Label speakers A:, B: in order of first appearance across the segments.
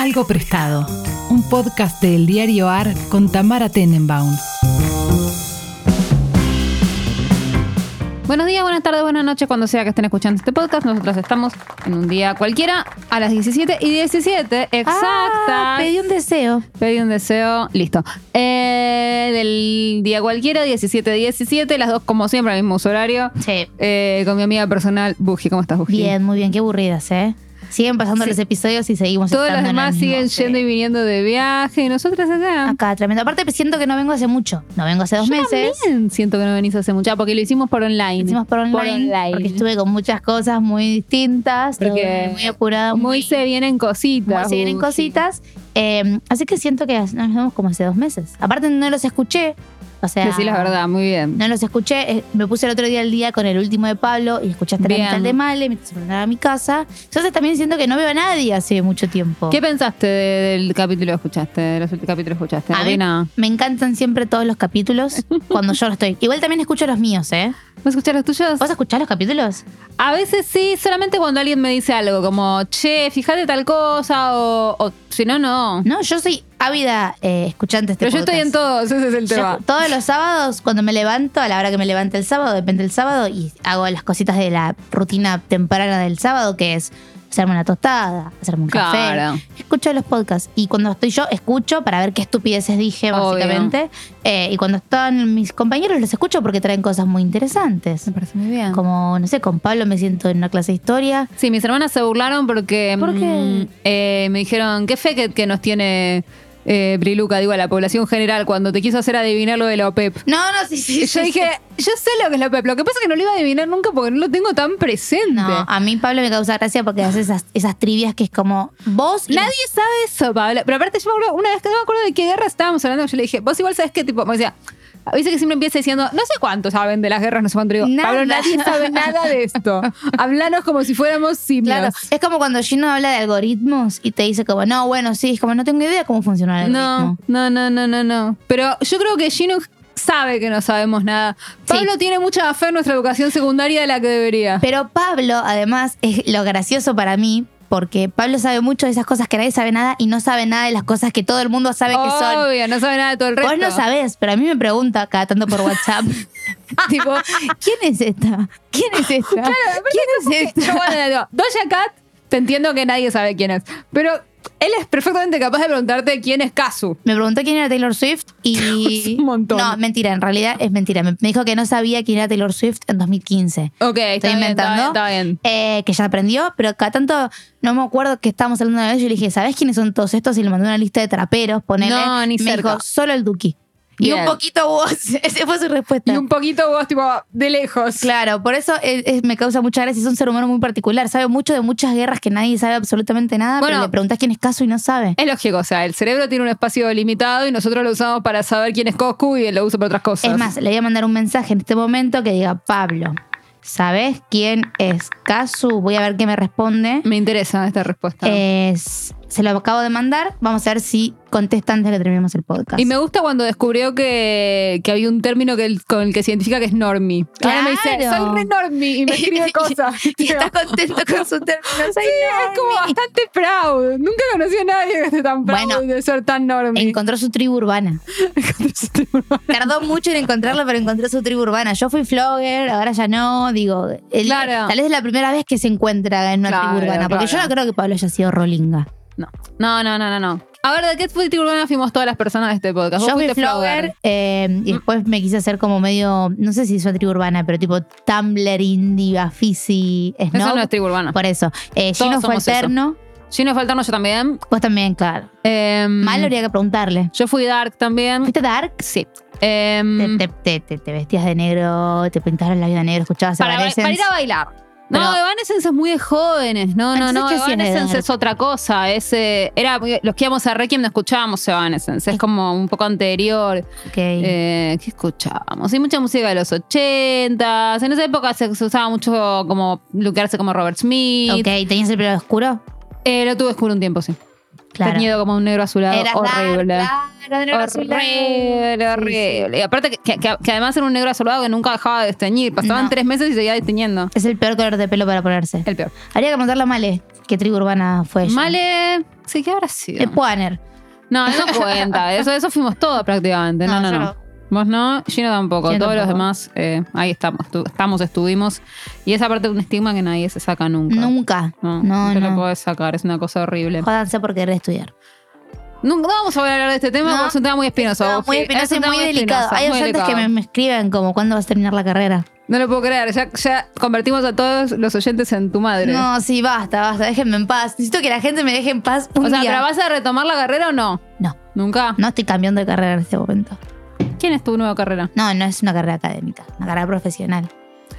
A: Algo Prestado, un podcast del diario AR con Tamara Tenenbaum.
B: Buenos días, buenas tardes, buenas noches, cuando sea que estén escuchando este podcast. Nosotros estamos en un día cualquiera a las 17:17, exacta.
C: Pedí un deseo.
B: Pedí un deseo, listo. Del día cualquiera, 17:17, las dos como siempre, al mismo uso horario.
C: Sí.
B: Con mi amiga personal, Buji. ¿Cómo estás, Buji?
C: Bien, muy bien, qué aburridas, ¿eh? Siguen pasando los episodios y seguimos
B: Todos los
C: estando en
B: demás
C: el mismo,
B: siguen yendo y viniendo de viaje y nosotras acá.
C: Acá, tremendo. Aparte, siento que no vengo hace mucho. No vengo hace 2 meses.
B: También siento que no venís hace mucho, porque lo hicimos por online.
C: Lo hicimos por online. Porque estuve con muchas cosas muy distintas.
B: Porque
C: muy apurada.
B: Muy se vienen cositas.
C: Muy se vienen
B: Buji.
C: cositas. Así que siento que nos vemos como hace 2 meses. Aparte, no los escuché. O sea,
B: Decí la verdad, muy bien.
C: no los escuché. Me puse el otro día al día con el último de Pablo y escuchaste la
B: Bien.
C: mitad de Male mientras ordenaba mi casa. Entonces también siento que no veo a nadie hace mucho tiempo.
B: ¿Qué pensaste del capítulo que escuchaste? De los capítulos que escuchaste?
C: A mí
B: Nada.
C: me encantan siempre todos los capítulos cuando yo no estoy. Igual también escucho los míos, ¿eh?
B: ¿Vos escuchás los tuyos?
C: ¿Vos escuchás los capítulos?
B: A veces sí, solamente cuando alguien me dice algo, como, che, fíjate tal cosa, o si no, no.
C: No, yo soy ávida escuchante de este
B: Pero yo estoy en
C: podcast.
B: todos, ese es el tema.
C: Yo todos los sábados, cuando me levanto, a la hora que me levante el sábado, depende del sábado, y hago las cositas de la rutina temprana del sábado, que es hacerme una tostada, hacerme un
B: Claro.
C: café. Escucho los podcasts. Y cuando estoy yo, escucho para ver qué estupideces dije,
B: Obvio.
C: básicamente. Y cuando están mis compañeros, los escucho porque traen cosas muy interesantes.
B: Me parece muy bien.
C: Como, no sé, con Pablo me siento en una clase de historia.
B: Sí, mis hermanas se burlaron porque
C: ¿Por qué?
B: Me dijeron, qué fe que nos tiene Briluca, digo, a la población general, cuando te quiso hacer adivinar lo de la OPEP.
C: No, sí.
B: Y yo dije, yo sé lo que es la OPEP, lo que pasa es que no lo iba a adivinar nunca porque no lo tengo tan presente.
C: No, a mí Pablo me causa gracia porque hace esas trivias que es como vos y
B: Nadie sabe eso, Pablo. Pero aparte, yo me acuerdo, una vez que no me acuerdo de qué guerra estábamos hablando, yo le dije, vos igual sabés qué tipo, me decía, dice que siempre empieza diciendo, no sé cuánto saben de las guerras, no sé cuánto. Digo,
C: Nada.
B: Pablo, nadie sabe nada de esto. Hablanos como si fuéramos simios.
C: Claro, es como cuando Gino habla de algoritmos y te dice como, no, bueno, sí, es como no tengo idea cómo funciona el algoritmo.
B: No. Pero yo creo que Gino sabe que no sabemos nada. Pablo tiene mucha fe en nuestra educación secundaria de la que debería.
C: Pero Pablo, además, es lo gracioso para mí, porque Pablo sabe mucho de esas cosas que nadie sabe nada y no sabe nada de las cosas que todo el mundo sabe que son.
B: Obvio, no sabe nada de todo el resto.
C: Vos no sabés, pero a mí me pregunta cada tanto por WhatsApp. Tipo, ¿quién es esta? ¿Quién es esta?
B: Claro,
C: ¿Quién es esta?
B: Yo, bueno, digo, Doja Cat, te entiendo que nadie sabe quién es. Pero él es perfectamente capaz de preguntarte quién es Kazu.
C: Me preguntó quién era Taylor Swift y...
B: Un montón.
C: No, mentira, en realidad es mentira. Me dijo que no sabía quién era Taylor Swift en 2015.
B: Ok,
C: Estoy
B: está bien,
C: inventando.
B: está bien.
C: Que ya aprendió, pero cada tanto no me acuerdo que estábamos hablando una vez. Yo le dije, ¿sabés quiénes son todos estos? Y le mandé una lista de traperos, ponele.
B: No, ni
C: me
B: cerca.
C: dijo, solo el Duki. Y
B: Bien.
C: un poquito vos. Esa fue su respuesta.
B: Y un poquito vos, tipo, de lejos.
C: Claro, por eso me causa mucha gracia. Es un ser humano muy particular. Sabe mucho de muchas guerras que nadie sabe absolutamente nada.
B: Bueno.
C: Pero le preguntás quién es Caso y no sabe.
B: Es lógico, o sea, el cerebro tiene un espacio limitado y nosotros lo usamos para saber quién es Coscu y él lo usa para otras cosas.
C: Es más, le voy a mandar un mensaje en este momento que diga, Pablo, ¿sabés quién es Casu? Voy a ver qué me responde.
B: Me interesa esta respuesta.
C: Se lo acabo de mandar. Vamos a ver si contesta antes de que terminemos el podcast.
B: Y me gusta cuando descubrió que había un término con el que se identifica que es normie. Ahora me dice,
C: Claro.
B: soy re normie y me escribe cosas.
C: y está contento con su término. Soy
B: Es como bastante proud. Nunca conocí a nadie que esté tan proud
C: Bueno,
B: de ser tan normie.
C: Encontró su tribu urbana. Tardó mucho en encontrarlo, pero encontró su tribu urbana. Yo fui flogger, ahora ya no. Digo,
B: Claro.
C: tal vez es la primera vez que se encuentra en una
B: Claro,
C: tribu urbana. Porque
B: claro.
C: yo no creo que Pablo haya sido rolinga.
B: No. A ver, ¿de qué fue urbana fuimos todas las personas de este podcast? Vos
C: Yo fui
B: fuiste
C: flogger y después me quise hacer como medio, no sé si es una tribu urbana, pero tipo Tumblr, indie, Bafisi,
B: Eso
C: Snob.
B: no es tribu urbana.
C: Por eso. Gino fue
B: somos eso.
C: alterno.
B: Gino fue alterno, yo también.
C: Vos también, claro. Mal habría que preguntarle.
B: Yo fui dark también.
C: ¿Fuiste dark?
B: Sí.
C: Te vestías de negro, te pintaron la vida de negro, escuchabas
B: Para
C: Evanescence.
B: ir a bailar. No,
C: Pero-
B: Evanescence es muy de jóvenes. No.
C: Entonces, ¿qué hacías de
B: Evanescence
C: dark?
B: es otra cosa. Los que íbamos a Requiem no escuchábamos Evanescence. Es como un poco anterior.
C: Ok.
B: ¿Qué escuchábamos? Hay mucha música de los 80s. En esa época se usaba mucho como lookearse como Robert Smith.
C: Ok, ¿tenías el pelo oscuro?
B: Lo tuve oscuro un tiempo, sí.
C: Claro.
B: Teñido como un negro azulado
C: Eras
B: horrible.
C: dark, acá de negro azulado.
B: Horrible. Y aparte que además era un negro azulado que nunca dejaba de desteñir. Pasaban
C: No.
B: 3 meses y seguía desteñiendo.
C: Es el peor color de pelo para ponerse.
B: El peor.
C: Habría que preguntarle a Male qué tribu urbana fue ella.
B: Male, sí, ¿qué habrá sido?
C: Es Poaner.
B: No, eso no cuenta. Eso fuimos todos prácticamente. No.
C: yo
B: Vos no, Gino tampoco.
C: Yo
B: Todos los
C: tampoco.
B: demás, ahí estuvimos. Y esa parte es un estigma que nadie se saca nunca.
C: Nunca.
B: No te lo
C: no.
B: podés sacar, es una cosa horrible.
C: Jódanse por querer estudiar.
B: No vamos a hablar de este tema
C: No,
B: porque es un tema muy espinoso.
C: No, muy
B: Sí,
C: espinoso
B: es un
C: y
B: tema
C: muy delicado.
B: espinoso,
C: Hay
B: muy
C: oyentes que
B: delicado.
C: me escriben como ¿cuándo vas a terminar la carrera?
B: No lo puedo creer, ya convertimos a todos los oyentes en tu madre.
C: No, sí, basta, déjenme en paz. Necesito que la gente me deje en paz un
B: O sea,
C: día.
B: ¿pero vas a retomar la carrera o no?
C: No,
B: ¿Nunca?
C: no estoy cambiando de carrera en este momento.
B: ¿Quién es tu nueva carrera?
C: No, no es una carrera académica, una carrera profesional.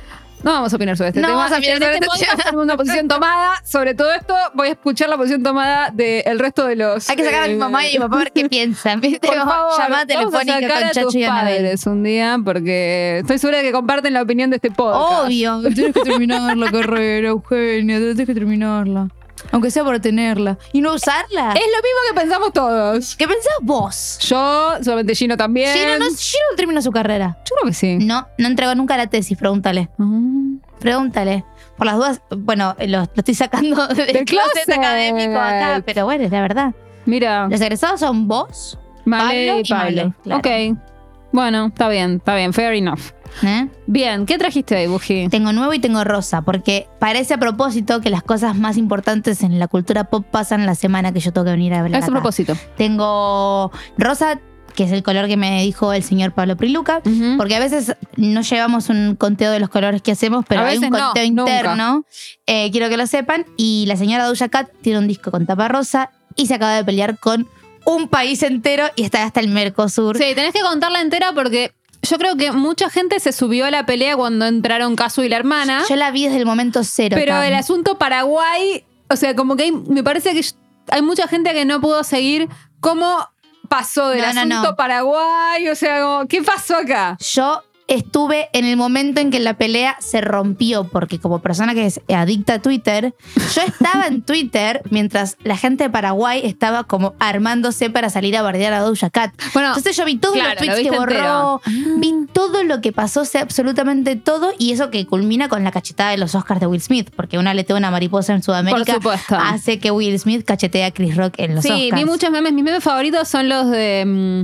B: No vamos a opinar sobre este
C: No
B: tema.
C: vamos a opinar
B: En
C: sobre
B: este
C: este
B: podcast tenemos una posición tomada. Sobre todo esto, voy a escuchar la posición tomada del resto de los...
C: Hay que sacar a mi mamá y a mi papá a ver qué piensan. ¿Viste?
B: Por favor,
C: Llamada
B: vamos a
C: telefónica
B: sacar
C: con
B: a
C: Chacho
B: tus
C: y Anabel.
B: padres un día porque estoy segura de que comparten la opinión de este podcast.
C: Obvio. Tienes que terminar la carrera, Eugenia. Tienes que terminarla. Aunque sea por tenerla. ¿Y no usarla?
B: Es lo mismo que pensamos todos.
C: ¿Qué pensás vos?
B: Yo, solamente Gino también.
C: Gino no terminó su carrera.
B: Yo creo que sí.
C: No entregó nunca la tesis, pregúntale. Pregúntale. Por las dudas, bueno, lo estoy sacando del closet
B: closet.
C: académico acá, pero bueno, es la verdad.
B: Mira,
C: Los egresados son vos,
B: Male
C: Pablo
B: y
C: y
B: Pablo.
C: Male, claro.
B: Ok. Bueno, está bien, fair enough.
C: ¿eh?
B: Bien, ¿qué trajiste hoy, Buji?
C: Tengo nuevo y tengo rosa, porque parece a propósito que las cosas más importantes en la cultura pop pasan la semana que yo tengo que venir a hablar
B: Es a
C: acá.
B: propósito.
C: Tengo rosa, que es el color que me dijo el señor Pablo Priluca,
B: Ujú.
C: porque a veces no llevamos un conteo de los colores que hacemos, pero
B: A
C: hay un
B: veces no,
C: conteo
B: nunca.
C: interno. Quiero que lo sepan. Y la señora Doja Cat tiene un disco con tapa rosa y se acaba de pelear con un país entero y está hasta el Mercosur.
B: Sí, tenés que contarla entera porque yo creo que mucha gente se subió a la pelea cuando entraron Casu y la hermana.
C: Yo la vi desde el momento cero.
B: Pero
C: Tam.
B: el asunto Paraguay, o sea, como que me parece que hay mucha gente que no pudo seguir cómo pasó del
C: No, no,
B: asunto
C: no.
B: Paraguay, o sea, como, ¿qué pasó acá?
C: Yo estuve en el momento en que la pelea se rompió, porque como persona que es adicta a Twitter, yo estaba en Twitter mientras la gente de Paraguay estaba como armándose para salir a bardear a Doja Cat.
B: Bueno,
C: Entonces yo vi todos
B: claro,
C: los tweets
B: lo
C: que
B: viste
C: borró, vi todo lo que pasó, sé absolutamente todo, y eso que culmina con la cachetada de los Oscars de Will Smith, porque una letea una mariposa en Sudamérica
B: Por supuesto.
C: hace que Will Smith cachetea a Chris Rock en los
B: sí,
C: Oscars.
B: vi muchos memes. Mis memes favoritos son los de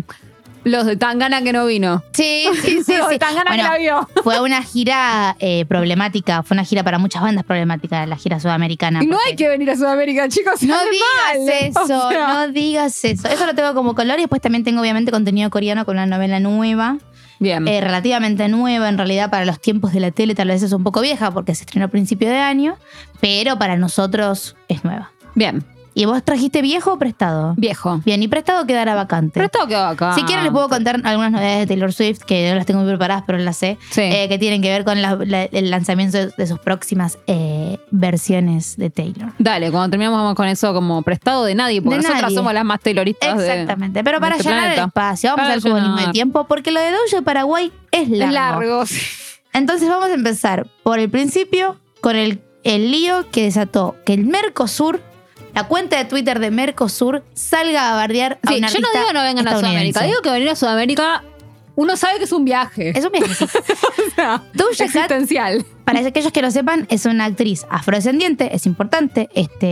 B: Tangana que no vino.
C: Sí.
B: Los de Tangana
C: Bueno,
B: que la vio.
C: fue una gira problemática, fue una gira para muchas bandas problemática, la gira sudamericana.
B: Y no
C: porque-
B: hay que venir a Sudamérica, chicos.
C: No
B: sale
C: digas
B: mal.
C: eso,
B: O sea,
C: no digas eso. Eso lo tengo como color y después también tengo obviamente contenido coreano con una novela nueva,
B: Bien.
C: relativamente nueva en realidad para los tiempos de la tele, tal vez es un poco vieja porque se estrenó a principio de año, pero para nosotros es nueva.
B: Bien.
C: ¿Y vos trajiste viejo o prestado?
B: Viejo.
C: Bien, y prestado quedará vacante.
B: Prestado quedó acá.
C: Si quieren les puedo contar algunas novedades de Taylor Swift, que no las tengo muy preparadas, pero las sé,
B: Sí.
C: que tienen que ver con el lanzamiento de sus próximas versiones de Taylor.
B: Dale, cuando terminamos vamos con eso como prestado de nadie, porque
C: De
B: nosotras
C: nadie.
B: somos las más tayloristas
C: Exactamente, pero para
B: de este
C: llenar
B: planeta.
C: el espacio, vamos
B: Para
C: a hacer como
B: llenar.
C: de tiempo, porque lo de Doja de Paraguay es
B: Es
C: largo.
B: largo. Sí.
C: Entonces vamos a empezar por el principio, con el lío que desató que el Mercosur, la cuenta de Twitter de Mercosur, salga a bardear a
B: Sí,
C: una
B: yo no
C: artista
B: digo no vengan a
C: estadounidense.
B: Sudamérica, digo que venir a Sudamérica uno sabe que es un viaje.
C: Es un viajecito.
B: O sea,
C: Doja Cat,
B: existencial.
C: para aquellos que lo sepan, es una actriz afrodescendiente, es importante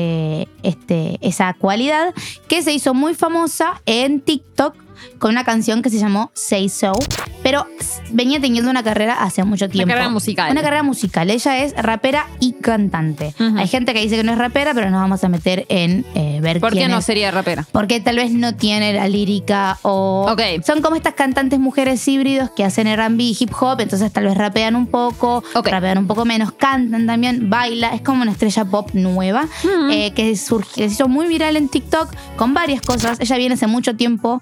C: esa cualidad, que se hizo muy famosa en TikTok con una canción que se llamó Say So, pero venía teniendo una carrera hace mucho tiempo.
B: carrera musical.
C: Una carrera musical. Ella es rapera y cantante.
B: Ujú.
C: Hay gente que dice que no es rapera, pero nos vamos a meter en ver
B: ¿Por qué
C: quién
B: no
C: es.
B: sería rapera?
C: Porque tal vez no tiene la lírica o...
B: Ok.
C: Son como estas cantantes mujeres híbridos que hacen R&B y hip hop, entonces tal vez rapean un poco,
B: Ok.
C: rapean un poco menos, cantan también, baila. Es como una estrella pop nueva que se hizo muy viral en TikTok con varias cosas. Ella viene hace mucho tiempo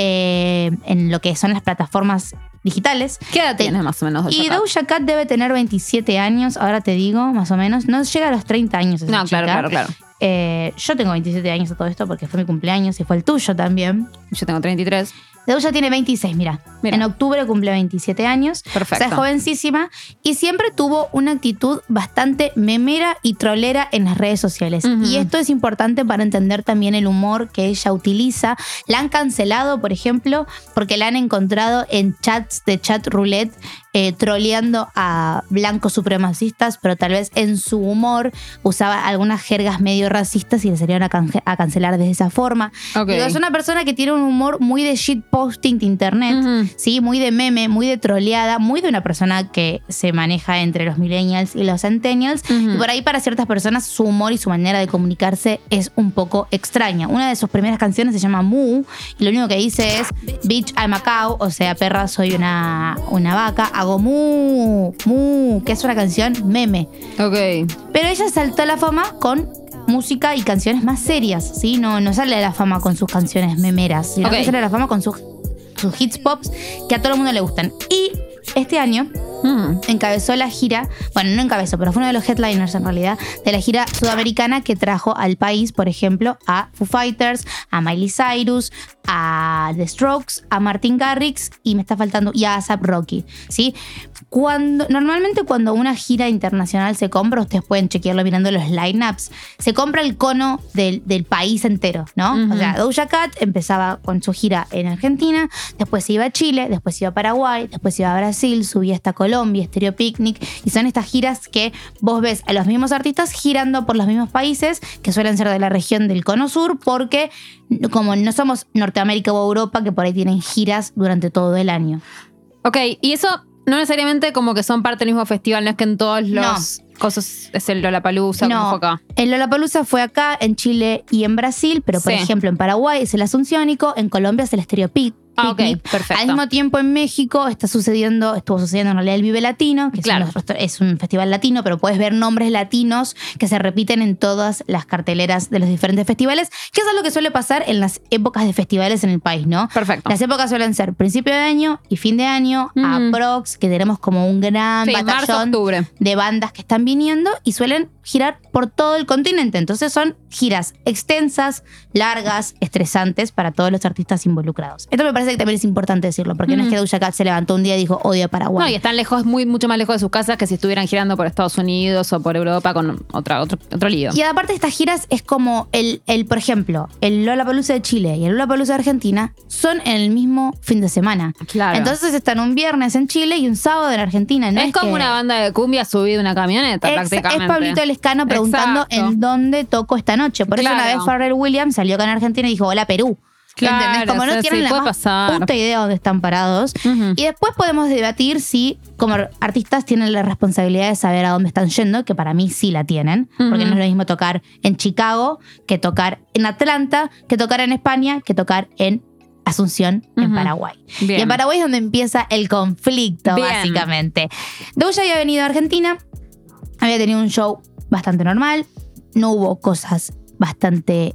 C: en lo que son las plataformas digitales.
B: ¿Qué edad tienes más o menos? Doja
C: Y
B: Cat?
C: Doja Cat debe tener 27 años, ahora te digo, más o menos. No llega a los 30 años esa
B: No,
C: chica.
B: claro.
C: Yo tengo 27 años a todo esto porque fue mi cumpleaños y fue el tuyo también.
B: Yo tengo 33.
C: Doja tiene 26, mira. En octubre cumple 27 años.
B: Perfecto.
C: O sea, es jovencísima y siempre tuvo una actitud bastante memera y trolera en las redes sociales. Y esto es importante para entender también el humor que ella utiliza. La han cancelado, por ejemplo, porque la han encontrado en chats de chat roulette troleando a blancos supremacistas, pero tal vez en su humor usaba algunas jergas medio racistas y le salieron a cancelar de esa forma.
B: Okay.
C: Digo, es una persona que tiene un humor muy de shitposting de internet, ¿sí? Muy de meme, muy de troleada, muy de una persona que se maneja entre los millennials y los centennials. Y por ahí para ciertas personas su humor y su manera de comunicarse es un poco extraña. Una de sus primeras canciones se llama Moo y lo único que dice es Bitch, I'm a cow, o sea, perra, soy una vaca, hago mu, que es una canción meme.
B: Ok.
C: Pero ella saltó a la fama con música y canciones más serias, ¿sí? No sale a la fama con sus canciones memeras, sino que sale a la fama con sus hits pops que a todo el mundo le gustan. Y este año encabezó la gira, bueno, no encabezó, pero fue uno de los headliners en realidad, de la gira sudamericana que trajo al país, por ejemplo, a Foo Fighters, a Miley Cyrus, a The Strokes, a Martin Garrix y me está faltando, y a A$AP Rocky, ¿sí? Normalmente cuando una gira internacional se compra, ustedes pueden chequearlo mirando los lineups, se compra el cono del país entero, ¿no? O sea, Doja Cat empezaba con su gira en Argentina, después se iba a Chile, después se iba a Paraguay, después se iba a Brasil, subía hasta Colombia, Stereo Picnic, y son estas giras que vos ves a los mismos artistas girando por los mismos países, que suelen ser de la región del Cono Sur, porque como no somos Norteamérica o Europa, que por ahí tienen giras durante todo el año.
B: Ok, y eso no necesariamente como que son parte del mismo festival, no es que en todos los cosas es el Lollapalooza, como fue acá.
C: El Lollapalooza fue acá, en Chile y en Brasil, pero por ejemplo en Paraguay es el Asunciónico, en Colombia es el Stereo Picnic.
B: Perfecto.
C: Al mismo tiempo en México estuvo sucediendo en realidad el Vive Latino, que es un festival latino, pero puedes ver nombres latinos que se repiten en todas las carteleras de los diferentes festivales, que es algo que suele pasar en las épocas de festivales en el país, ¿no?
B: Perfecto.
C: Las épocas suelen ser principio de año y fin de año, aprox, que tenemos como un gran batallón de bandas que están viniendo y suelen girar por todo el continente. Entonces son giras extensas, largas, estresantes para todos los artistas involucrados. Esto me parece que también es importante decirlo, porque no es que Doja Cat se levantó un día y dijo odio a Paraguay.
B: No, y están lejos, mucho más lejos de sus casas que si estuvieran girando por Estados Unidos o por Europa con otro lío.
C: Y aparte estas giras es como por ejemplo, el Lollapalooza de Chile y el Lollapalooza de Argentina son en el mismo fin de semana.
B: Claro.
C: Entonces están un viernes en Chile y un sábado en Argentina. No
B: es como una banda de cumbia subida a una camioneta, prácticamente.
C: Es Pablito Lescano preguntando en dónde toco esta noche. Por eso una vez Pharrell Williams salió acá en Argentina y dijo, hola Perú.
B: Claro,
C: ¿entendés? Como no tienen la más puta idea de dónde están parados. Y después podemos debatir si como artistas tienen la responsabilidad de saber a dónde están yendo, que para mí sí la tienen, porque no es lo mismo tocar en Chicago que tocar en Atlanta, que tocar en España, que tocar en Asunción, en Paraguay.
B: Bien.
C: Y en Paraguay es donde empieza el conflicto, básicamente. Doja había venido a Argentina, había tenido un show bastante normal, no hubo cosas bastante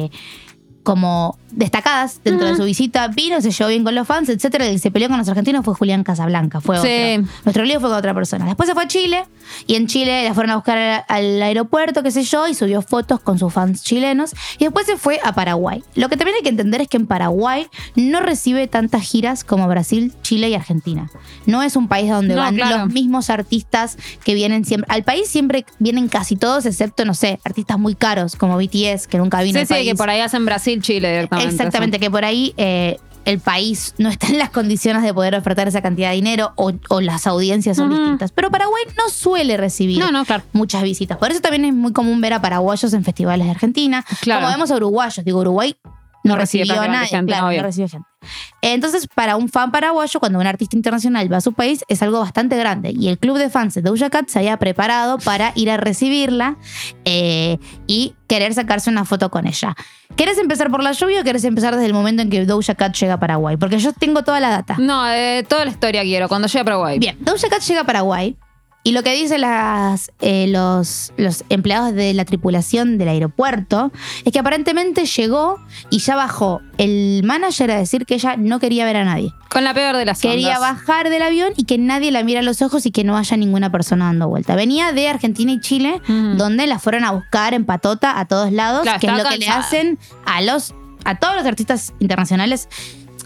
C: como destacadas dentro de su visita. Vino, se llevó bien con los fans, etcétera. El que se peleó con los argentinos fue Julián Casablanca, fue otro. Nuestro lío fue con otra persona. Después se fue a Chile y en Chile la fueron a buscar al aeropuerto, qué sé yo, y subió fotos con sus fans chilenos. Y después se fue a Paraguay. Lo que también hay que entender es que en Paraguay no recibe tantas giras como Brasil, Chile y Argentina. No es un país donde van los mismos artistas que vienen siempre. Al país siempre vienen casi todos, excepto, no sé, artistas muy caros como BTS, que nunca vino al país.
B: Sí, que por ahí hacen Brasil, Chile directamente.
C: Exactamente, que por ahí el país no está en las condiciones de poder ofertar esa cantidad de dinero o las audiencias son distintas. Pero Paraguay no suele recibir muchas visitas. Por eso también es muy común ver a paraguayos en festivales de Argentina. Como vemos a uruguayos. Digo, Uruguay no recibió a nadie. No recibió gente. Entonces, para un fan paraguayo, cuando un artista internacional va a su país, es algo bastante grande. Y el club de fans de Doja Cat se había preparado para ir a recibirla y querer sacarse una foto con ella. ¿Querés empezar por la lluvia o querés empezar desde el momento en que Doja Cat llega a Paraguay? Porque yo tengo toda la data.
B: No, toda la historia quiero, cuando llegue a Paraguay.
C: Bien, Doja Cat llega a Paraguay. Y lo que dicen los empleados de la tripulación del aeropuerto es que aparentemente llegó y ya bajó el manager a decir que ella no quería ver a nadie.
B: Con la peor de las ondas.
C: Quería bajar del avión y que nadie la mira a los ojos y que no haya ninguna persona dando vuelta. Venía de Argentina y Chile, donde la fueron a buscar en patota a todos lados, que es lo que le hacen a todos los artistas internacionales.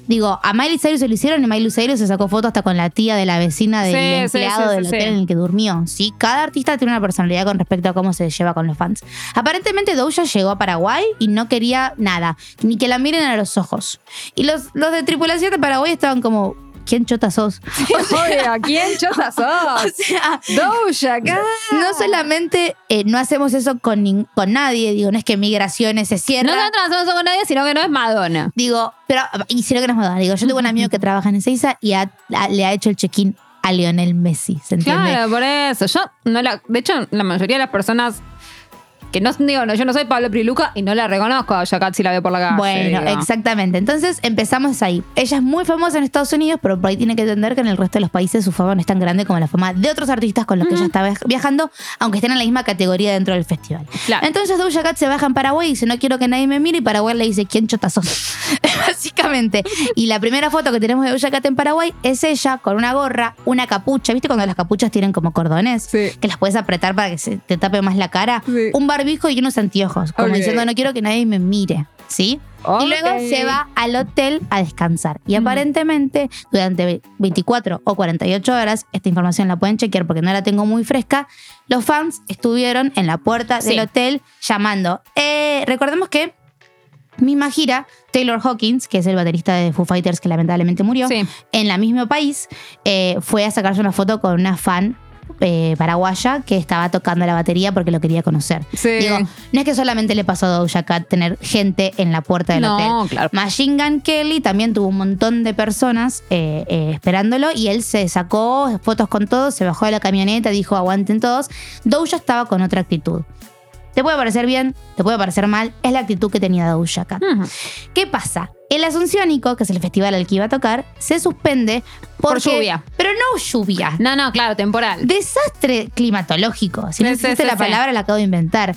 C: Digo, a Miley Cyrus se lo hicieron y Miley Cyrus se sacó fotos hasta con la tía de la vecina del empleado del hotel en el que durmió. ¿Sí? Cada artista tiene una personalidad con respecto a cómo se lleva con los fans. Aparentemente Doja llegó a Paraguay y no quería nada, ni que la miren a los ojos. Y los de tripulación de Paraguay estaban como... ¿Quién chota sos?
B: Oye, ¿quién chota sos?
C: O sea,
B: Doja Cat.
C: no solamente no hacemos eso con nadie, digo, no es que Migraciones se cierran.
B: Nosotros no hacemos eso con nadie, sino que no es Madonna.
C: Digo, pero, y si no que no es Madonna, digo, yo tengo un amigo que trabaja en Ezeiza y le ha hecho el check-in a Lionel Messi, ¿se entiende?
B: Claro, por eso. De hecho, la mayoría de las personas que no, digo, yo no soy Pablo Priluca y no la reconozco a Doja Cat si la veo por la calle.
C: Bueno,
B: digo.
C: exactamente. Entonces empezamos ahí. Ella es muy famosa en Estados Unidos, pero por ahí tiene que entender que en el resto de los países su fama no es tan grande como la fama de otros artistas con los que ella está viajando, aunque estén en la misma categoría dentro del festival.
B: Claro.
C: Entonces Doja Cat se baja en Paraguay y dice, no quiero que nadie me mire, y Paraguay le dice, ¿quién chota sos? Básicamente. Y la primera foto que tenemos de Doja Cat en Paraguay es ella con una gorra, una capucha. ¿Viste cuando las capuchas tienen como cordones?
B: Sí.
C: Que las puedes apretar para que se te tape más la cara.
B: Sí.
C: Un barbijo y unos anteojos, como
B: Ok.
C: diciendo, no quiero que nadie me mire, ¿sí?
B: Ok.
C: Y luego se va al hotel a descansar. Y aparentemente, durante 24 o 48 horas, esta información la pueden chequear porque no la tengo muy fresca, los fans estuvieron en la puerta del hotel llamando. Recordemos que misma gira, Taylor Hawkins, que es el baterista de Foo Fighters que lamentablemente murió,
B: Sí.
C: en la mismo país, fue a sacarse una foto con una fan paraguaya que estaba tocando la batería porque lo quería conocer.
B: Sí.
C: Digo, no es que solamente le pasó a Doja Cat tener gente en la puerta del hotel.
B: No, claro.
C: Machine Gun Kelly también tuvo un montón de personas esperándolo y él se sacó fotos con todos, se bajó de la camioneta, dijo aguanten todos. Doja estaba con otra actitud. Te puede parecer bien, te puede parecer mal, es la actitud que tenía Doja Cat.
B: Ujú.
C: ¿Qué pasa? El Asunciónico, que es el festival al que iba a tocar, se suspende
B: Por
C: porque-
B: lluvia.
C: Pero no lluvia.
B: No, claro, temporal.
C: Desastre climatológico. Si no
B: Sí,
C: existe
B: sí,
C: la
B: sí.
C: palabra, la acabo de inventar.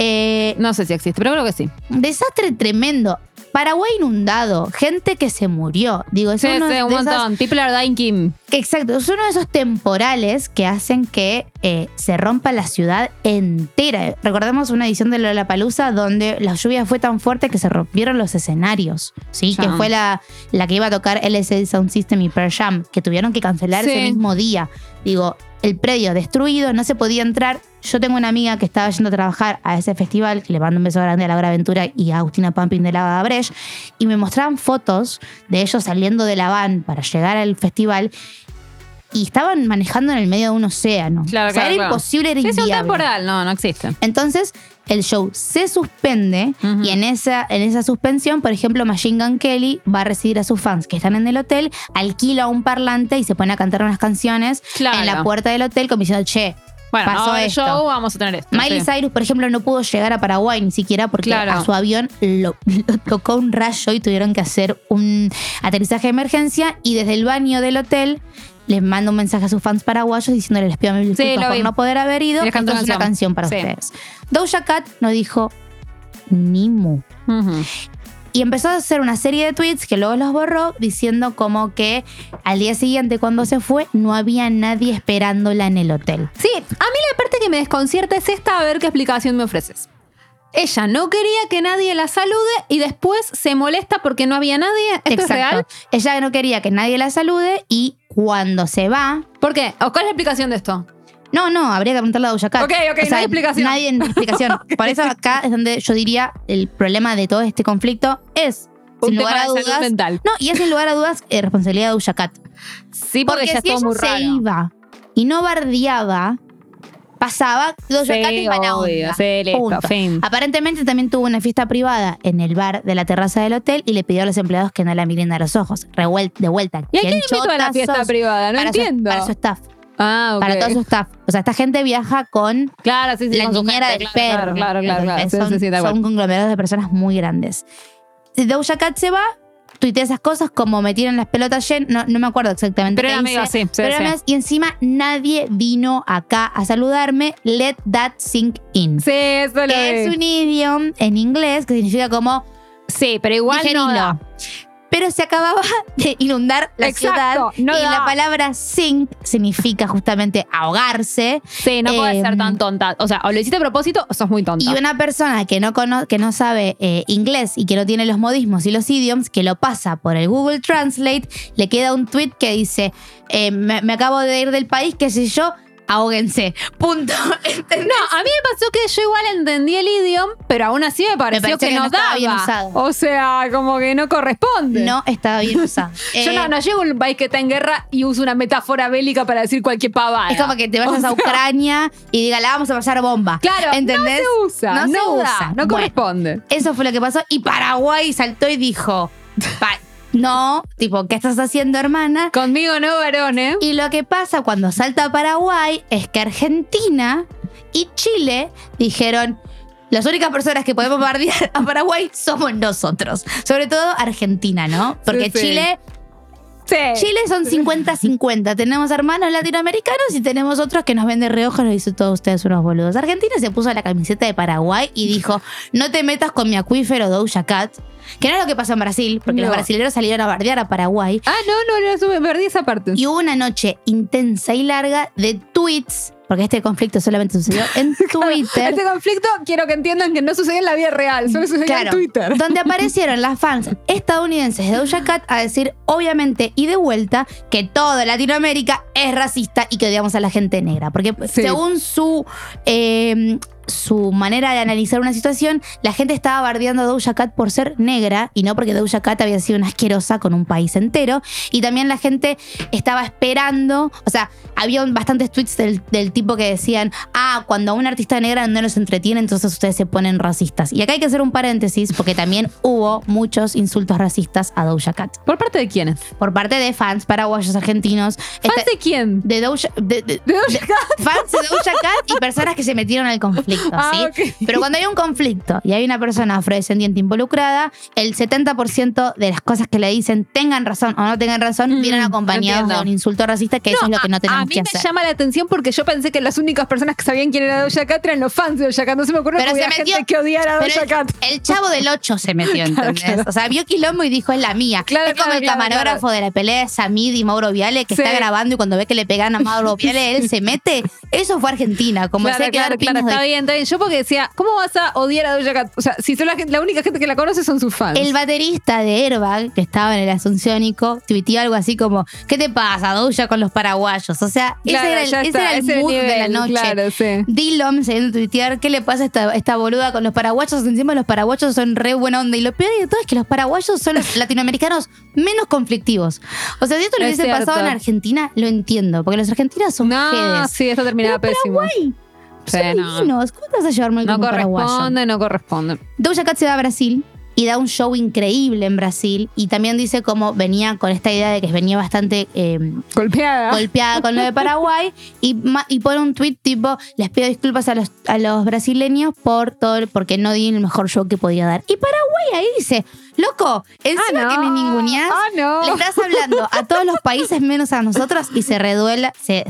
B: No sé si existe, pero creo que sí.
C: Desastre tremendo. Paraguay inundado. Gente que se murió. Digo, es
B: Sí,
C: uno
B: un
C: de
B: montón.
C: esas-
B: People are dying, Kim.
C: Exacto. Es uno de esos temporales que hacen que se rompa la ciudad entera. Recordemos una edición de Lollapalooza donde la lluvia fue tan fuerte que se rompieron los escenarios. ¿Sí?
B: Ya.
C: Que fue la que iba a tocar LSD Sound System y Pearl Jam, que tuvieron que cancelar
B: Sí.
C: ese mismo día. Digo, el predio destruido, no se podía entrar. Yo tengo una amiga que estaba yendo a trabajar a ese festival, que le mando un beso grande a Laura Aventura y a Agustina Pampin de la Breche, y me mostraban fotos de ellos saliendo de la van para llegar al festival y estaban manejando en el medio de un océano.
B: Claro,
C: o sea,
B: claro,
C: era
B: claro.
C: imposible, era
B: Sí, es un
C: inviable.
B: temporal. No existe.
C: Entonces, el show se suspende
B: Ujú.
C: y en esa suspensión, por ejemplo, Machine Gun Kelly va a recibir a sus fans que están en el hotel, alquila un parlante y se pone a cantar unas canciones
B: Claro.
C: en la puerta del hotel como diciendo, che,
B: Bueno,
C: pasó
B: ahora el
C: esto.
B: show vamos a tener esto.
C: Miley
B: sí.
C: Cyrus, por ejemplo, no pudo llegar a Paraguay ni siquiera porque
B: Claro.
C: a su avión lo tocó un rayo y tuvieron que hacer un aterrizaje de emergencia y desde el baño del hotel les manda un mensaje a sus fans paraguayos diciéndoles les pido mil disculpas
B: lo
C: por
B: vi.
C: no poder haber ido.
B: Y les cantó
C: Entonces una canción para
B: Sí.
C: ustedes. Doja Cat no dijo ni mu.
B: Ujú.
C: Y empezó a hacer una serie de tweets que luego los borró diciendo como que al día siguiente cuando se fue no había nadie esperándola en el hotel.
B: Sí, a mí la parte que me desconcierta es esta, a ver qué explicación me ofreces. Ella no quería que nadie la salude y después se molesta porque no había nadie. ¿Esto es real?
C: Ella no quería que nadie la salude y cuando se va...
B: ¿Por qué? ¿O cuál es la explicación de esto?
C: No, habría que preguntarle a Doja Cat.
B: Ok, no hay explicación.
C: Nadie en explicación. Por eso acá es donde yo diría el problema de todo este conflicto es,
B: Un
C: sin
B: tema
C: lugar a
B: de salud
C: dudas...
B: mental.
C: No, y es sin lugar a dudas responsabilidad de Doja Cat.
B: Sí, porque ya
C: si
B: estuvo
C: ella
B: muy
C: se
B: raro.
C: iba y no bardeaba, pasaba, Doja
B: Sí,
C: Cat es mala
B: obvio,
C: onda.
B: sí, listo,
C: Punto.
B: fin.
C: Aparentemente también tuvo una fiesta privada en el bar de la terraza del hotel y le pidió a los empleados que no la miren a los ojos. De vuelta.
B: ¿Y a quién
C: ¿quién
B: invitó a la
C: chota
B: fiesta
C: sos?
B: privada? No
C: Para
B: entiendo.
C: para su staff.
B: Ah, ok.
C: Para todo su staff. O sea, esta gente viaja con
B: Claro, sí,
C: la
B: con su
C: niñera
B: gente,
C: del
B: claro,
C: perro.
B: Claro.
C: ¿Entendés?
B: Sí,
C: Son,
B: sí, tal cual.
C: son conglomerados de personas muy grandes. Doja Cat se va, tuitea esas cosas como me tiran las pelotas llenas. No me acuerdo exactamente
B: Pero
C: qué
B: era medio
C: dice,
B: así, sí,
C: pero era
B: sí.
C: medio así. Y encima nadie vino acá a saludarme. Let that sink in.
B: Sí, eso lo
C: Que es
B: vi.
C: un idioma en inglés que significa como
B: Sí, pero igual no
C: digerilo.
B: da.
C: pero se acababa de inundar la ciudad.
B: No
C: y
B: da.
C: la palabra sink significa justamente ahogarse.
B: Sí, no puedes ser tan tonta. O sea, o lo hiciste a propósito o sos muy tonta.
C: Y una persona que no sabe inglés y que no tiene los modismos y los idioms, que lo pasa por el Google Translate, le queda un tweet que dice, me acabo de ir del país, qué sé yo, ahóguense. Punto. ¿Entendés?
B: No, a mí me pasó que yo igual entendí el idioma, pero aún así me pareció que no
C: estaba
B: daba.
C: bien usado.
B: O sea, como que no corresponde.
C: No estaba bien usado.
B: Yo no llego a un país que está en guerra y uso una metáfora bélica para decir cualquier pavada.
C: Es como que te vayas
B: O sea,
C: a Ucrania y diga, la vamos a pasar bomba.
B: Claro,
C: ¿entendés?
B: no se usa. No
C: Bueno,
B: corresponde.
C: eso fue lo que pasó. Y Paraguay saltó y dijo, no, tipo, ¿qué estás haciendo, hermana?
B: Conmigo no, varones.
C: Y lo que pasa cuando salta Paraguay es que Argentina y Chile dijeron, las únicas personas que podemos bardear a Paraguay somos nosotros. Sobre todo Argentina, ¿no? Porque
B: Sí.
C: Chile son 50-50. Tenemos hermanos latinoamericanos y tenemos otros que nos ven de reojo y nos dicen todos ustedes unos boludos. Argentina se puso la camiseta de Paraguay y dijo, no te metas con mi acuífero Doja Cat. Que no es lo que pasó en Brasil, porque
B: No.
C: los brasileños salieron a bardear a Paraguay.
B: No, perdí esa parte.
C: Y hubo una noche intensa y larga de tweets, porque este conflicto solamente sucedió en Twitter.
B: Este conflicto quiero que entiendan que no sucedió en la vida real, solo sucedió en Twitter.
C: Donde aparecieron las fans estadounidenses de Doja Cat a decir, obviamente y de vuelta, que toda Latinoamérica es racista y que odiamos a la gente negra. Porque
B: Sí.
C: según su manera de analizar una situación, la gente estaba bardeando a Doja Cat por ser negra y no porque Doja Cat había sido una asquerosa con un país entero. Y también la gente estaba esperando, o sea, había bastantes tweets del tipo que decían, cuando a una artista negra no los entretiene, entonces ustedes se ponen racistas. Y acá hay que hacer un paréntesis porque también hubo muchos insultos racistas a Doja Cat.
B: ¿Por parte de quiénes?
C: Por parte de fans paraguayos, argentinos.
B: ¿Fans de quién?
C: De Doja
B: ¿De Doja Cat?
C: fans de Doja Cat y personas que se metieron al conflicto, ¿sí?
B: Ok.
C: Pero cuando hay un conflicto y hay una persona afrodescendiente involucrada, el 70% de las cosas que le dicen, tengan razón o no tengan razón, vienen acompañados
B: entiendo.
C: de un insulto racista, que eso es lo que no tenemos
B: a mí
C: que
B: me
C: hacer.
B: llama la atención porque yo pensé que las únicas personas que sabían quién era Doja Cat eran los fans de Doja Cat. No se me ocurrió que hubiera gente que odiara a
C: pero
B: Doja Cat.
C: el chavo del 8 se metió, ¿entendés?
B: Claro.
C: O sea, vio quilombo y dijo, es la mía.
B: Claro,
C: es como
B: claro,
C: el
B: claro,
C: camarógrafo
B: claro.
C: de la pelea de Samid y Mauro Viale, que
B: Sí.
C: está grabando y cuando ve que le pegan a Mauro Viale, él se mete. Eso fue Argentina, como
B: Claro,
C: se quedar piñas de
B: está bien. Yo porque decía, ¿cómo vas a odiar a Doja Cat? O sea, si son la única gente que la conoce son sus fans.
C: El baterista de Airbag, que estaba en el Asunciónico, tuiteó algo así como, ¿qué te pasa, Doja, con los paraguayos? O sea,
B: Claro,
C: ese
B: ya
C: era
B: está,
C: el mood de la noche.
B: Claro, sí.
C: Dillom se viene a tuitear, ¿qué le pasa a esta boluda con los paraguayos? Encima los paraguayos son re buena onda. Y lo peor de todo es que los paraguayos son los latinoamericanos menos conflictivos. O sea, si esto lo
B: Es
C: hubiese
B: cierto.
C: pasado en Argentina, lo entiendo. Porque los argentinos son
B: No,
C: jedes.
B: sí, esto terminaba
C: Pero
B: pésimo.
C: Paraguay,
B: Sí,
C: son
B: no.
C: divinos. ¿Cómo te vas a llevar mal
B: No
C: con un paraguayo?
B: no corresponde.
C: Doja Cat se va a Brasil y da un show increíble en Brasil. Y también dice cómo venía con esta idea de que venía bastante
B: Golpeada.
C: golpeada con lo de Paraguay. Y pone un tweet tipo, les pido disculpas a los brasileños porque no di el mejor show que podía dar. Y Paraguay ahí dice, loco, encima
B: no.
C: que me ninguneás,
B: No.
C: le estás hablando a todos los países menos a nosotros y se redobla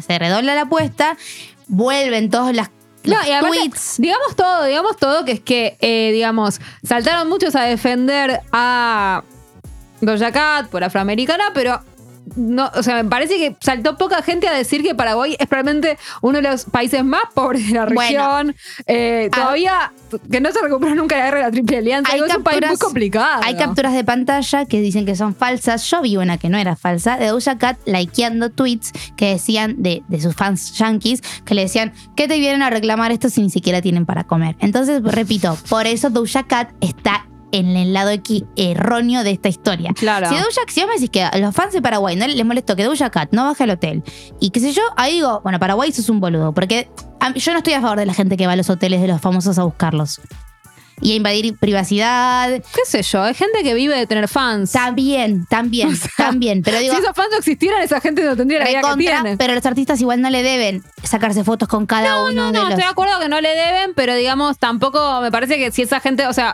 C: la apuesta. Vuelven todos los
B: No, y aparte,
C: tweets.
B: digamos todo, que es que, digamos, saltaron muchos a defender a Doja Cat por afroamericana, pero no, o sea, me parece que saltó poca gente a decir que Paraguay es probablemente uno de los países más pobres de la región. Todavía, que no se recuperó nunca la guerra de la Triple Alianza.
C: Hay
B: Es un país muy
C: capturas-
B: complicado.
C: Hay capturas de pantalla que dicen que son falsas. Yo vi una que no era falsa, de Doja Cat likeando tweets que decían de sus fans yankees, que le decían, ¿qué te vienen a reclamar esto si ni siquiera tienen para comer? Entonces, repito, por eso Doja Cat está en el lado erróneo de esta historia.
B: Claro.
C: Si vos me decís que a los fans de Paraguay no les molestó que Doja Cat no baje al hotel y qué sé yo, ahí digo, bueno, Paraguay sos un boludo, porque yo no estoy a favor de la gente que va a los hoteles de los famosos a buscarlos y a invadir privacidad.
B: ¿Qué sé yo? Hay gente que vive de tener fans.
C: También. Pero digo,
B: Si esos fans no existieran, esa gente no tendría la vida que
C: recontra,
B: tiene.
C: pero los artistas igual no le deben sacarse fotos con cada uno de
B: No,
C: los...
B: estoy de acuerdo que no le deben, pero digamos, tampoco me parece que si esa gente, o sea,